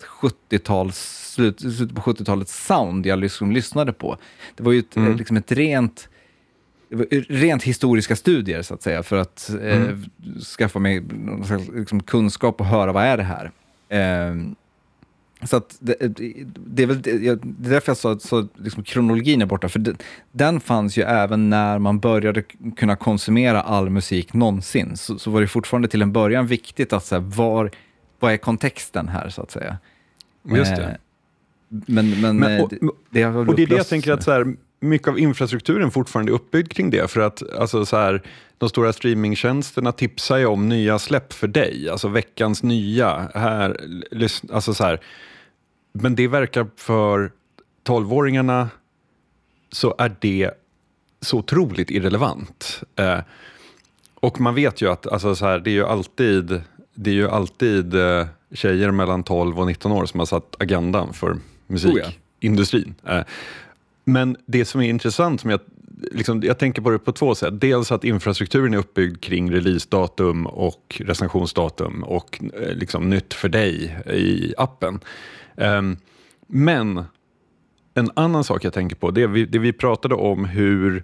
sjuttio-tals, slut, slutet på sjuttio-talets sound jag liksom lyssnade på. Det var ju ett, mm. liksom ett rent, rent historiska studier så att säga, för att mm. eh, skaffa mig någon slags, liksom, kunskap och höra vad är det här. Eh, så att det, det är väl det, jag, det är därför jag sa så liksom, kronologin är borta, för det, den fanns ju även när man började kunna konsumera all musik någonsin, så, så var det fortfarande till en början viktigt att så här, var, vad är kontexten här så att säga. Just det. Eh, men, men, men och, det, det och det är det jag tänker att så här, mycket av infrastrukturen fortfarande är uppbyggd kring det, för att alltså, så här, de stora streamingtjänsterna tipsar ju om nya släpp för dig, alltså veckans nya här, alltså så här, men det verkar för tolvåringarna så är det så otroligt irrelevant. Eh, och man vet ju att alltså, så här, det är ju alltid det är ju alltid eh, tjejer mellan tolv och nitton år som har satt agendan för musikindustrin. Oh ja. eh, men det som är intressant, som jag, liksom, jag tänker på det på två sätt. Dels att infrastrukturen är uppbyggd kring releasedatum och recensionsdatum och eh, liksom, nytt för dig i appen. Um, men en annan sak jag tänker på, det är vi, det vi pratade om hur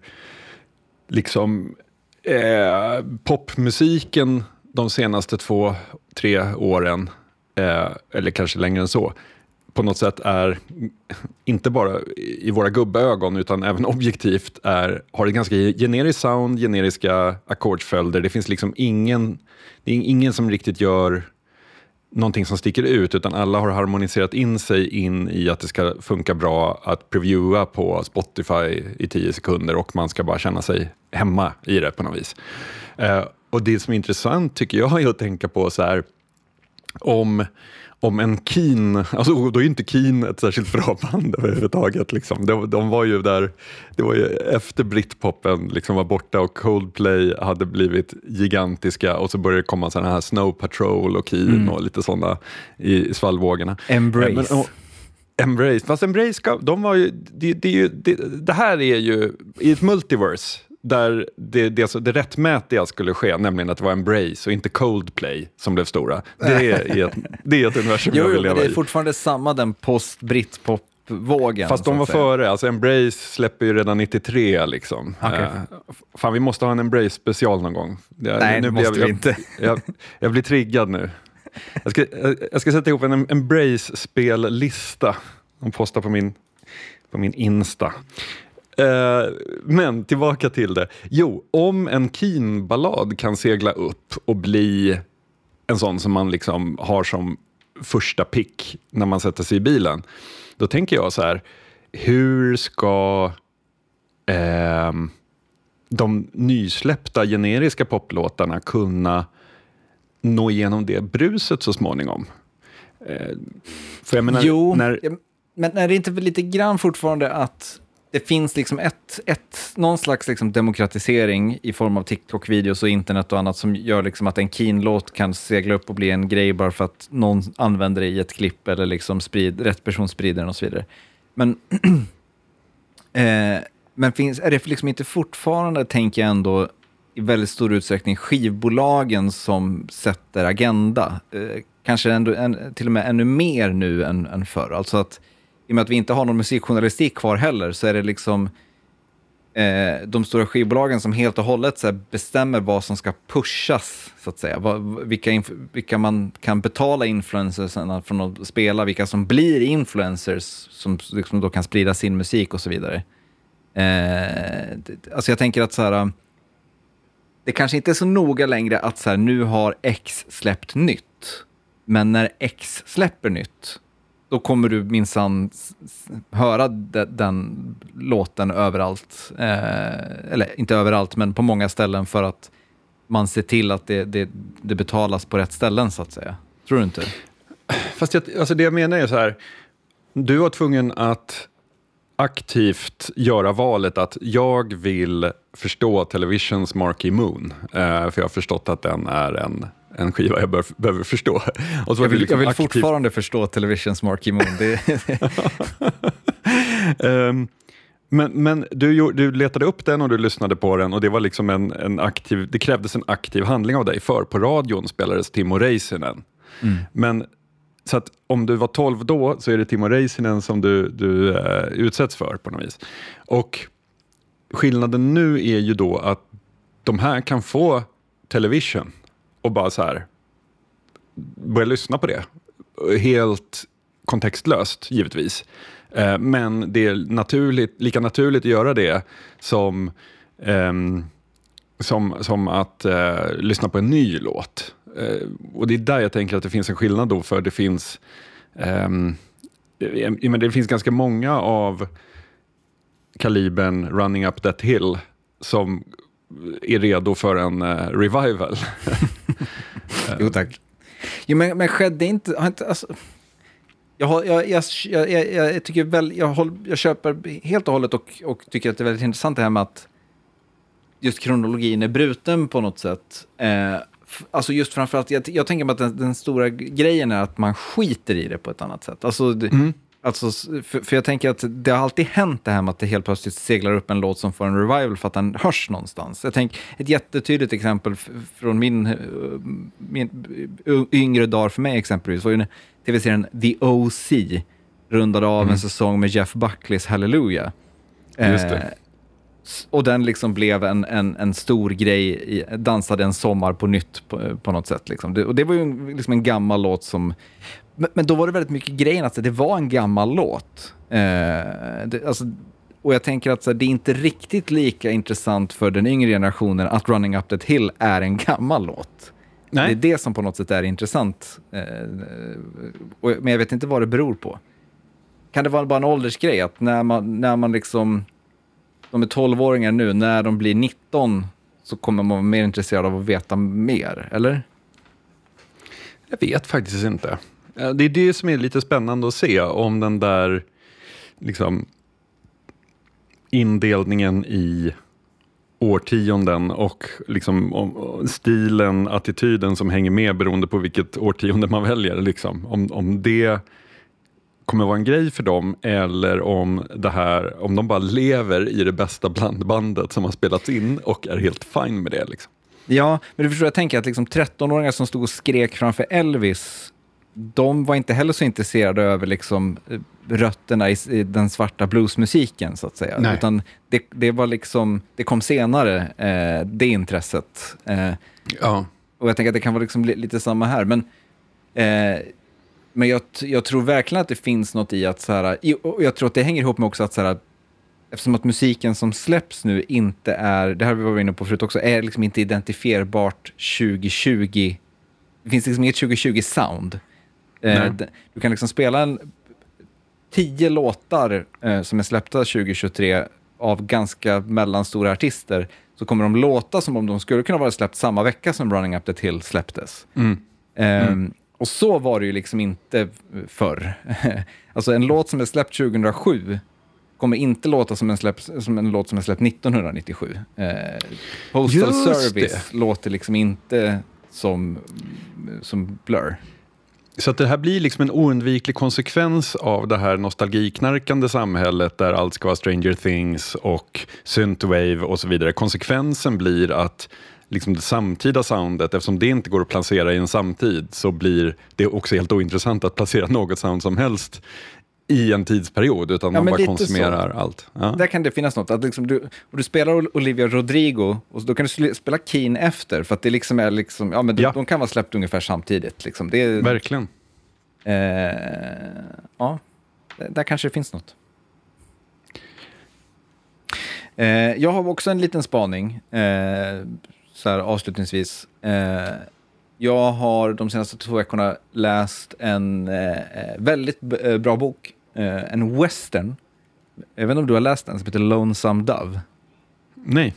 liksom eh, popmusiken de senaste två, tre åren, eh, eller kanske längre än så, på något sätt är inte bara i våra gubbögon utan även objektivt är, har ett ganska generiskt sound, generiska ackordsföljder. Det finns liksom ingen, det är ingen som riktigt gör någonting som sticker ut, utan alla har harmoniserat in sig in i att det ska funka bra att previewa på Spotify i tio sekunder och man ska bara känna sig hemma i det på något vis. Eh, och det som är intressant tycker jag är att tänka på så här, om, om en Keen, alltså då är ju inte Keen ett särskilt bra band överhuvudtaget liksom. De, de var ju där, det var ju efter Britpopen liksom var borta och Coldplay hade blivit gigantiska och så började det komma sådana här Snow Patrol och Keen mm. och lite sådana i, i svallvågorna. Embrace. Men, och, Embrace, fast Embrace, de var ju, det, det, är ju det, det här är ju i ett multiverse där det, det, det rättmätiga skulle ske, nämligen att det var Embrace och inte Coldplay som blev stora. Det är ett, det är ett universum jo, jag vill leva i. Jo, det är fortfarande samma den post-Britpop-vågen. Fast de var före, alltså Embrace släpper ju redan nittiotre liksom. Okay. Uh, fan, vi måste ha en Embrace-special någon gång. Jag, Nej, nu det måste jag, vi inte. Jag, jag, jag blir triggad nu. Jag ska, jag ska sätta ihop en Embrace-spellista och posta på min, på min Insta. Uh, men tillbaka till det. Jo, om en Keen-ballad kan segla upp och bli en sån som man liksom har som första pick när man sätter sig i bilen, då tänker jag så här, hur ska uh, de nysläppta generiska poplåtarna kunna nå igenom det bruset så småningom? Uh, för jag menar, jo, när... men är det inte lite grann fortfarande att det finns liksom ett, ett, någon slags liksom demokratisering i form av TikTok-videos och internet och annat som gör liksom att en Keen-låt kan segla upp och bli en grej bara för att någon använder det i ett klipp eller liksom sprid, rätt person sprider den och så vidare. Men, eh, men finns, är det liksom inte fortfarande, tänker jag ändå, i väldigt stor utsträckning skivbolagen som sätter agenda? Eh, kanske ändå, en, till och med ännu mer nu än, än förr. Alltså att i och med att vi inte har någon musikjournalistik kvar heller, så är det liksom eh, de stora skivbolagen som helt och hållet så här, bestämmer vad som ska pushas, så att säga. Vad, vilka, inf- vilka man kan betala influencers från att spela, vilka som blir influencers som liksom då kan sprida sin musik och så vidare. Eh, det, alltså jag tänker att så här, det kanske inte är så noga längre att så här, nu har X släppt nytt. Men när X släpper nytt, då kommer du minsann höra de, den låten överallt. Eh, eller inte överallt, men på många ställen, för att man ser till att det, det, det betalas på rätt ställen, så att säga. Tror du inte? Fast jag, alltså det jag menar är så här, du var tvungen att aktivt göra valet att jag vill förstå Televisions Marquee Moon. Eh, för jag har förstått att den är en en skiva jag bör, behöver förstå. Och så jag vill, liksom jag vill aktiv... fortfarande förstå Televisions Marquee Moon. Det... um, men men du, du letade upp den och du lyssnade på den och det var liksom en, en aktiv, det krävdes en aktiv handling av dig, för på radion spelades Timo Räisänen. Mm. Men Så att om du var tolv då så är det Timo Räisänen som du, du uh, utsätts för på något vis. Och skillnaden nu är ju då att de här kan få television och bara så här börja lyssna på det. Helt kontextlöst, givetvis. Uh, men det är naturligt, lika naturligt att göra det som, um, som, som att uh, lyssna på en ny låt. Uh, och det är där jag tänker att det finns en skillnad då, för det finns um, det, men det finns ganska många av kalibern Running Up That Hill som är redo för en uh, revival. Jo tack. Jo, men, men skedde inte, har inte alltså, jag, har, jag, jag, jag, jag, jag tycker väl, jag, håll, jag köper helt och hållet och, och tycker att det är väldigt intressant det här med att just kronologin är bruten på något sätt. Eh, f- alltså just framförallt, jag, jag tänker mig att den, den stora grejen är att man skiter i det på ett annat sätt. Alltså, det, Mm. alltså för, för jag tänker att det har alltid hänt det här med att det helt plötsligt seglar upp en låt som får en revival för att den hörs någonstans. Jag tänker, ett jättetydligt exempel f- från min, uh, min uh, yngre dagar för mig exempelvis var ju tv-serien The O C rundade av Mm. en säsong med Jeff Buckleys Hallelujah. Just det. Eh, s- och den liksom blev en, en, en stor grej, i, dansade en sommar på nytt på, på något sätt. Liksom. Det, och det var ju en, liksom en gammal låt som... Men, men då var det väldigt mycket grejen att det var en gammal låt. Eh, det, alltså, och jag tänker att så här, det är inte riktigt lika intressant för den yngre generationen att Running Up That Hill är en gammal låt. Nej. Det är det som på något sätt är intressant. Eh, och, men jag vet inte vad det beror på. Kan det vara bara en åldersgrej? Att när man, när man liksom... De är tolv-åringar nu. När de blir nitton så kommer man vara mer intresserad av att veta mer. Eller? Jag vet faktiskt inte. Det är det som är lite spännande att se, om den där liksom indelningen i årtionden och liksom om stilen, attityden som hänger med beroende på vilket årtionde man väljer. Liksom. Om, om det kommer vara en grej för dem, eller om det här, om de bara lever i det bästa blandbandet som har spelats in och är helt fine med det. Liksom. Ja, men du förstår, jag tänker att liksom tretton-åringar som stod och skrek framför Elvis, de var inte heller så intresserade över liksom rötterna i, i den svarta bluesmusiken så att säga. Nej. Utan det, det var liksom, det kom senare, eh, det intresset. Eh, Ja. och jag tänker att det kan vara liksom li, lite samma här. Men, eh, men jag, jag tror verkligen att det finns något i att så här, och jag tror att det hänger ihop med också att så här, eftersom att musiken som släpps nu inte är, det här vi var inne på förut också, är liksom inte identifierbart tjugo tjugo. Det finns liksom inget tjugo tjugo-sound. Eh, du kan liksom spela en, tio låtar eh, som är släppta tjugo tjugotre av ganska mellanstora artister, så kommer de låta som om de skulle kunna vara släppt samma vecka som Running Up That Hill släpptes. Mm. Eh, Mm. Och så var det ju liksom inte förr. Alltså en låt som är släppt tjugohundrasju kommer inte låta som en, släpp, som en låt som är släppt nittonhundranittiosju. Eh, Postal Just Service det. låter liksom inte som, som Blur. Så att det här blir liksom en oundviklig konsekvens av det här nostalgiknarkande samhället där allt ska vara Stranger Things och Synthwave och så vidare. Konsekvensen blir att liksom det samtida soundet, eftersom det inte går att placera i en samtid, så blir det också helt ointressant att placera något sound som helst i en tidsperiod, utan Ja, man men bara lite konsumerar allt. Ja. Där kan det finnas något. Att liksom du, och du spelar Olivia Rodrigo och då kan du sl- spela Keen efter, för att det liksom är liksom, ja men de, Ja. de kan vara släppt ungefär samtidigt. Liksom. Det är, Verkligen. eh, ja, där kanske det finns något. Eh, jag har också en liten spaning, eh, så här avslutningsvis. Eh, jag har de senaste två veckorna läst en eh, väldigt b- eh, bra bok. Eh, en western. Jag vet inte om du har läst den, som heter Lonesome Dove. Nej.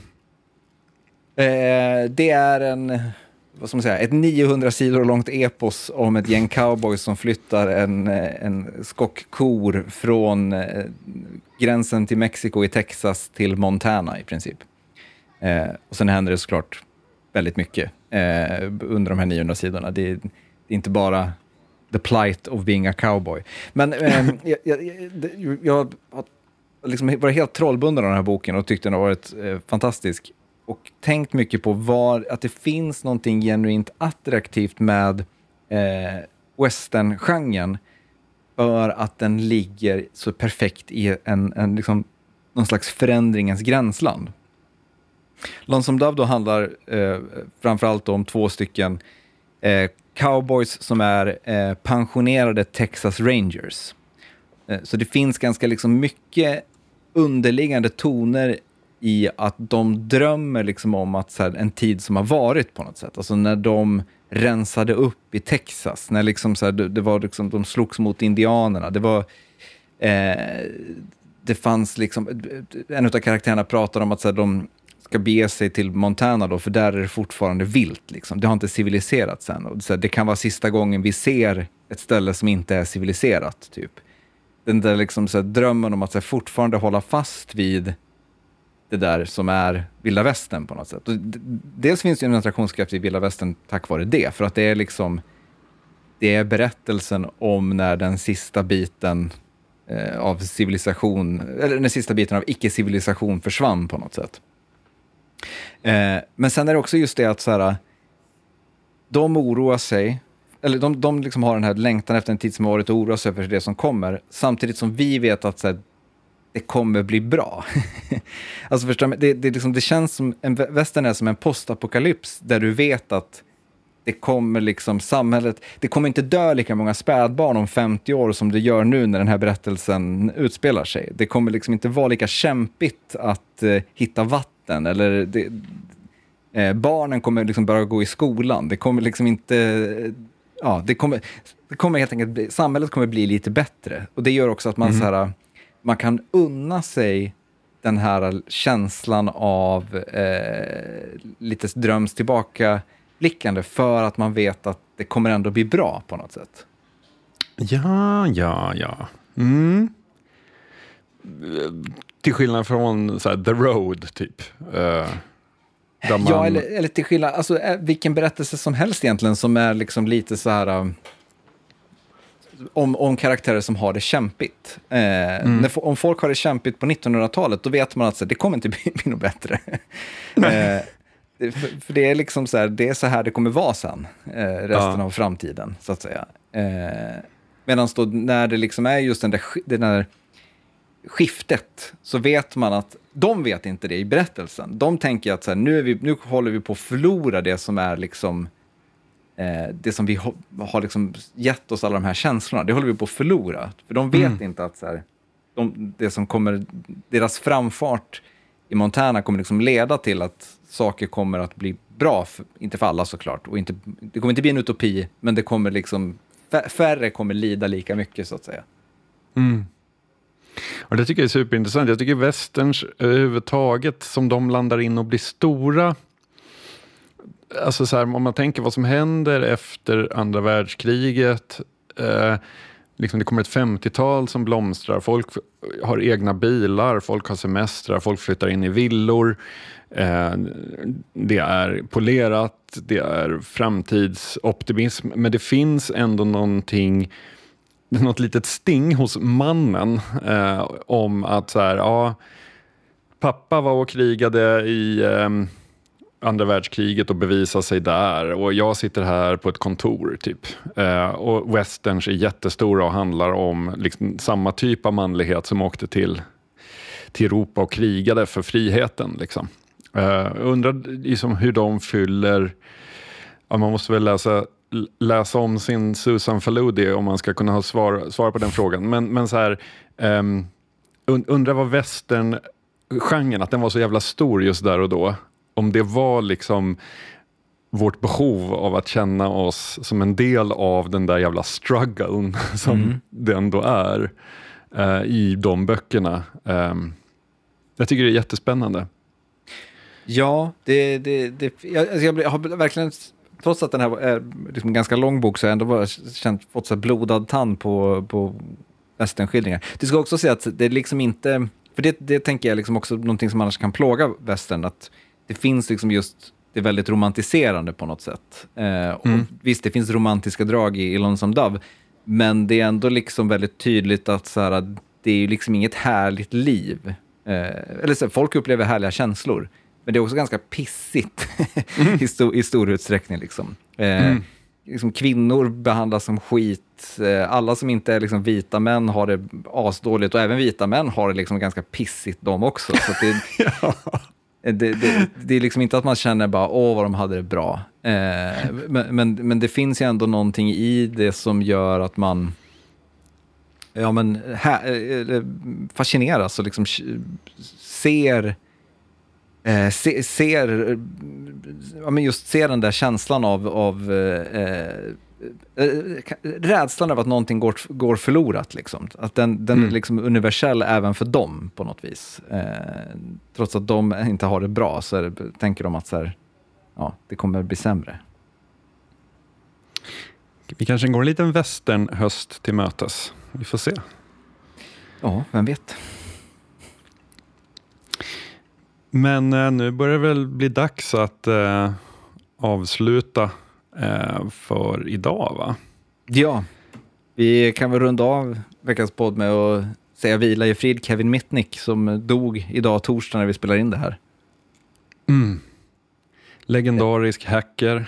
Eh, det är en, vad ska man säga, ett niohundra sidor långt epos om ett gäng cowboys som flyttar en, en skock kor från eh, gränsen till Mexiko i Texas till Montana i princip. Eh, och sen händer det såklart väldigt mycket eh, under de här niohundra sidorna. Det, det är inte bara the plight of being a cowboy. Men eh, jag, jag, jag, jag har liksom varit helt trollbunden av den här boken och tyckte den har varit eh, fantastisk. Och tänkt mycket på var, att det finns någonting genuint attraktivt med eh, western-genren för att den ligger så perfekt i en, en liksom, någon slags förändringens gränsland. Lonesome Dove då handlar eh, framförallt om två stycken eh, cowboys som är eh, pensionerade Texas Rangers. Eh, så det finns ganska liksom mycket underliggande toner i att de drömmer liksom om att så här, en tid som har varit på något sätt. Alltså när de rensade upp i Texas. När liksom så här, det, det var liksom, de slogs mot indianerna. Det var... Eh, det fanns liksom... En av karaktärerna pratar om att så här, de ska bege sig till Montana då, för där är det fortfarande vilt. Liksom. Det har inte civiliserats än. Och så här, det kan vara sista gången vi ser ett ställe som inte är civiliserat, typ. Den där liksom, så här, drömmen om att så här, fortfarande hålla fast vid det där som är vilda västern på något sätt. Och d- dels finns det en attraktionskraft i vilda västern tack vare det, för att det är liksom det är berättelsen om när den sista biten eh, av civilisation, eller den sista biten av icke-civilisation försvann på något sätt. Eh, men sen är det också just det att så här, de oroar sig, eller de, de liksom har den här längtan efter en tid som har varit och oroar sig för det som kommer, samtidigt som vi vet att så här, det kommer bli bra. Alltså förstår du, det, det, liksom, det känns som, en västern är som en postapokalyps där du vet att det kommer liksom samhället, det kommer inte dö lika många spädbarn om femtio år som det gör nu när den här berättelsen utspelar sig. Det kommer liksom inte vara lika kämpigt att eh, hitta vatten, eller det, eh, barnen kommer liksom börja gå i skolan. Det kommer liksom inte, eh, ja, det kommer, det kommer helt enkelt bli, samhället kommer bli lite bättre. Och det gör också att man mm. så här, man kan unna sig den här känslan av eh, lite dröms tillbaka blickande, för att man vet att det kommer ändå bli bra på något sätt. Ja, ja, ja. Mm. Till skillnad från så här, The Road, typ. Uh, där man... Ja, eller, eller till skillnad, alltså vilken berättelse som helst egentligen som är liksom lite så här... Um, Om, om karaktärer som har det kämpigt. Eh, mm. när, om folk har det kämpigt på nittonhundratalet, då vet man att så, det kommer inte bli, bli något bättre. eh, för, för det är liksom så här, det är så här det kommer vara sen, eh, resten ja. av framtiden, så att säga. Eh, Medan då när det liksom är just den där, den där skiftet, så vet man att de vet inte det i berättelsen. De tänker att så här, nu, är vi, nu håller vi på att förlora det som är liksom Eh, det som vi ho- har liksom gett oss alla de här känslorna, det håller vi på att förlora. För de vet mm. inte att så här, de, det som kommer, deras framfart i Montana kommer liksom leda till att saker kommer att bli bra, för, inte för alla såklart. Och inte, det kommer inte bli en utopi, men det kommer liksom, färre kommer lida lika mycket, så att säga. Mm. Och det tycker jag är superintressant. Jag tycker westerns överhuvudtaget, som de landar in och blir stora. Alltså så här, om man tänker vad som händer efter andra världskriget, eh, liksom det kommer ett femtiotal som blomstrar, folk har egna bilar, folk har semestrar, folk flyttar in i villor, eh, det är polerat, det är framtidsoptimism, men det finns ändå någonting, något litet sting hos mannen eh, om att så här, ja, pappa var och krigade i eh, andra världskriget och bevisa sig där, och jag sitter här på ett kontor typ. Eh, och westerns är jättestora och handlar om liksom samma typ av manlighet som åkte till, till Europa och krigade för friheten liksom. Eh, undrar liksom hur de fyller, ja, man måste väl läsa läsa om sin Susan Faludi om man ska kunna ha svar, svar på den frågan, men, men så här um, undrar vad western genren, att den var så jävla stor just där och då. Om det var liksom vårt behov av att känna oss som en del av den där jävla strugglen som mm. det ändå är uh, i de böckerna. Um, jag tycker det är jättespännande. Ja, det, det, det, jag, alltså jag har verkligen, trots att den här är liksom en ganska lång bok, så har jag ändå bara känt, fått så blodad tand på, på westernskildringar. Du ska också säga att det är liksom inte, för det, det tänker jag liksom också någonting som annars kan plåga western, att det finns liksom just det väldigt romantiserande på något sätt. Eh, och mm. visst, det finns romantiska drag i, i Lonesome Dove, men det är ändå liksom väldigt tydligt att så här, det är ju liksom inget härligt liv. Eh, eller så, folk upplever härliga känslor, men det är också ganska pissigt mm. i, stor, i stor utsträckning liksom. Eh, mm. liksom, kvinnor behandlas som skit. Eh, alla som inte är liksom, vita män har det asdåligt och även vita män har det liksom, ganska pissigt de också. Så att det, ja. det, det, det är liksom inte att man känner bara, åh vad de hade det bra. Eh, men, men, men det finns ju ändå någonting i det som gör att man ja, men, här, fascineras och liksom ser, eh, se, ser ja, men just ser den där känslan av, av eh, rädslan av att någonting går, går förlorat. Liksom. Att den, den mm. är liksom universell även för dem på något vis. Eh, trots att de inte har det bra så det, tänker de att så här, ja, det kommer bli sämre. Vi kanske går en liten västernhöst till mötes. Vi får se. Ja, vem vet. Men eh, nu börjar det väl bli dags att eh, avsluta eh, för idag, va? Ja, vi kan väl runda av veckans podd med att säga vila i frid Kevin Mitnick som dog idag torsdag när vi spelar in det här. Mm. Legendarisk hacker.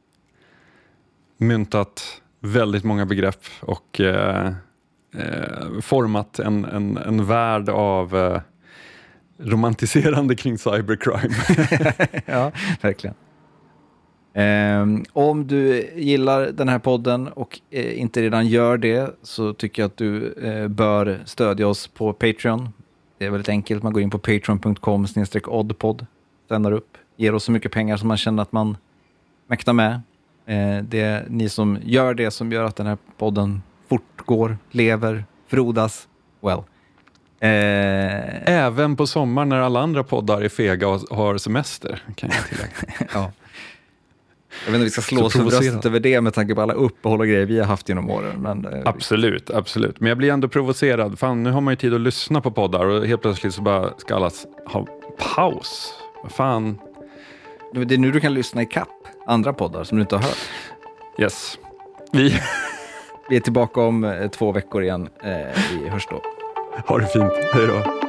Myntat väldigt många begrepp och eh, eh, format en, en, en värld av eh, romantiserande kring cybercrime. Ja, verkligen. Um, om du gillar den här podden och eh, inte redan gör det så tycker jag att du eh, bör stödja oss på Patreon. Det är väldigt enkelt. Man går in på patreon punkt com slash oddpod, ständer upp, ger oss så mycket pengar som man känner att man mäktar med. Eh, det är ni som gör det som gör att den här podden fortgår, lever, frodas. Well. Eh, Även på sommaren när alla andra poddar är fega och har semester, kan jag tillägga. Ja. Jag vet inte om vi ska slå oss för bröstet över det med tanke på alla uppehåll och grejer vi har haft genom åren. Men, eh, absolut, absolut. Men jag blir ändå provocerad. Fan, nu har man ju tid att lyssna på poddar och helt plötsligt så bara ska alla ha paus. Vad fan? Det är nu du kan lyssna i kapp andra poddar som du inte har hört. Yes. Vi, vi är tillbaka om eh, två veckor igen. Eh, vi hörs då. Ha det fint. Hej då.